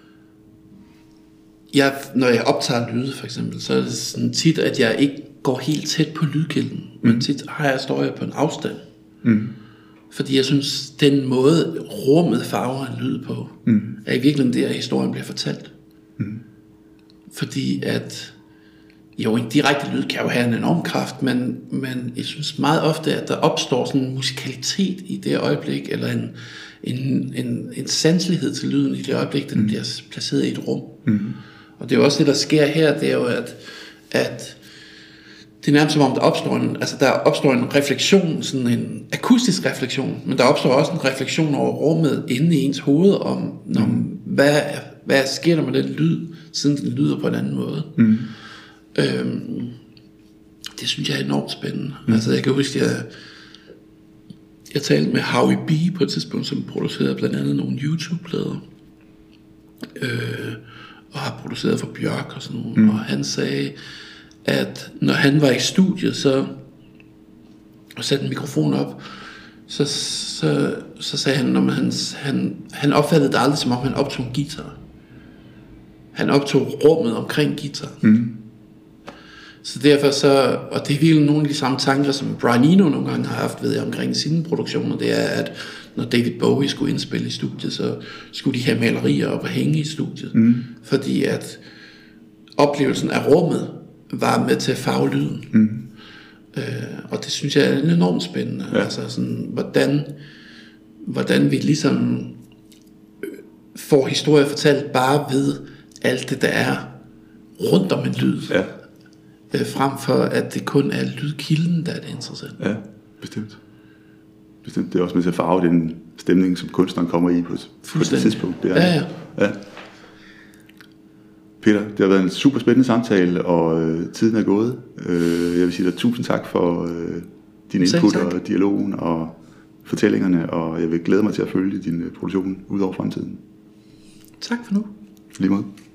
jeg, når jeg optager lyde, for eksempel, så er det sådan tit, at jeg ikke går helt tæt på lydkilden, mm. men tit har jeg, står jeg på en afstand. Mm. Fordi jeg synes, den måde rummet farver en lyd på, mm. er i virkeligheden det, at historien bliver fortalt. Mm. Fordi at, jo, en direkte lyd kan jo have en enorm kraft, men, men jeg synes meget ofte, at der opstår sådan en musikalitet i det øjeblik, eller en, en, en, en sanselighed til lyden i det øjeblik, den mm. bliver placeret i et rum. Mm. Og det er jo også det, der sker her, det er jo, at, at det er nærmest som om, der opstår en, altså der opstår en refleksion, sådan en akustisk refleksion, men der opstår også en refleksion over rummet inde i ens hoved, om, om mm. hvad, hvad sker der med den lyd, siden den lyder på en anden måde. Mm. Øhm, det synes jeg er enormt spændende. Mm. Altså jeg kan huske, jeg, jeg talte med Howie B på et tidspunkt, som producerede blandt andet nogle YouTube-plader, øh, og har produceret for Bjørk og sådan noget, mm. og han sagde, at når han var i studiet, så og satte en mikrofon op, så, så, så sagde han, at han, han, han opfattede det aldrig, som om han optog en guitar. Han optog rummet omkring guitar. Mm. Så derfor så, og det er virkelig nogle af de samme tanker, som Brian Eno nogle gange har haft, ved jeg, omkring sine produktioner, det er, at når David Bowie skulle indspille i studiet, så skulle de have malerier op og hænge i studiet. Mm. Fordi at oplevelsen af rummet var med til at farve lyden. Mm. Øh, og det synes jeg er enormt spændende. Ja. Altså sådan, hvordan, hvordan vi ligesom får historier fortalt bare ved alt det, der er rundt om en lyd. Ja. Øh, frem for at det kun er lydkilden, der er det interessant.
Ja, bestemt. Bestemt. Det er også med til at farve den stemning, som kunstneren kommer i på et, på et tidspunkt. Det er,
ja, ja. ja.
Peter, det har været en super spændende samtale, og øh, tiden er gået. Øh, jeg vil sige dig tusind tak for øh, din input og dialogen og fortællingerne, og jeg vil glæde mig til at følge din øh, produktion ud over fremtiden.
Tak for nu.
Lige måde.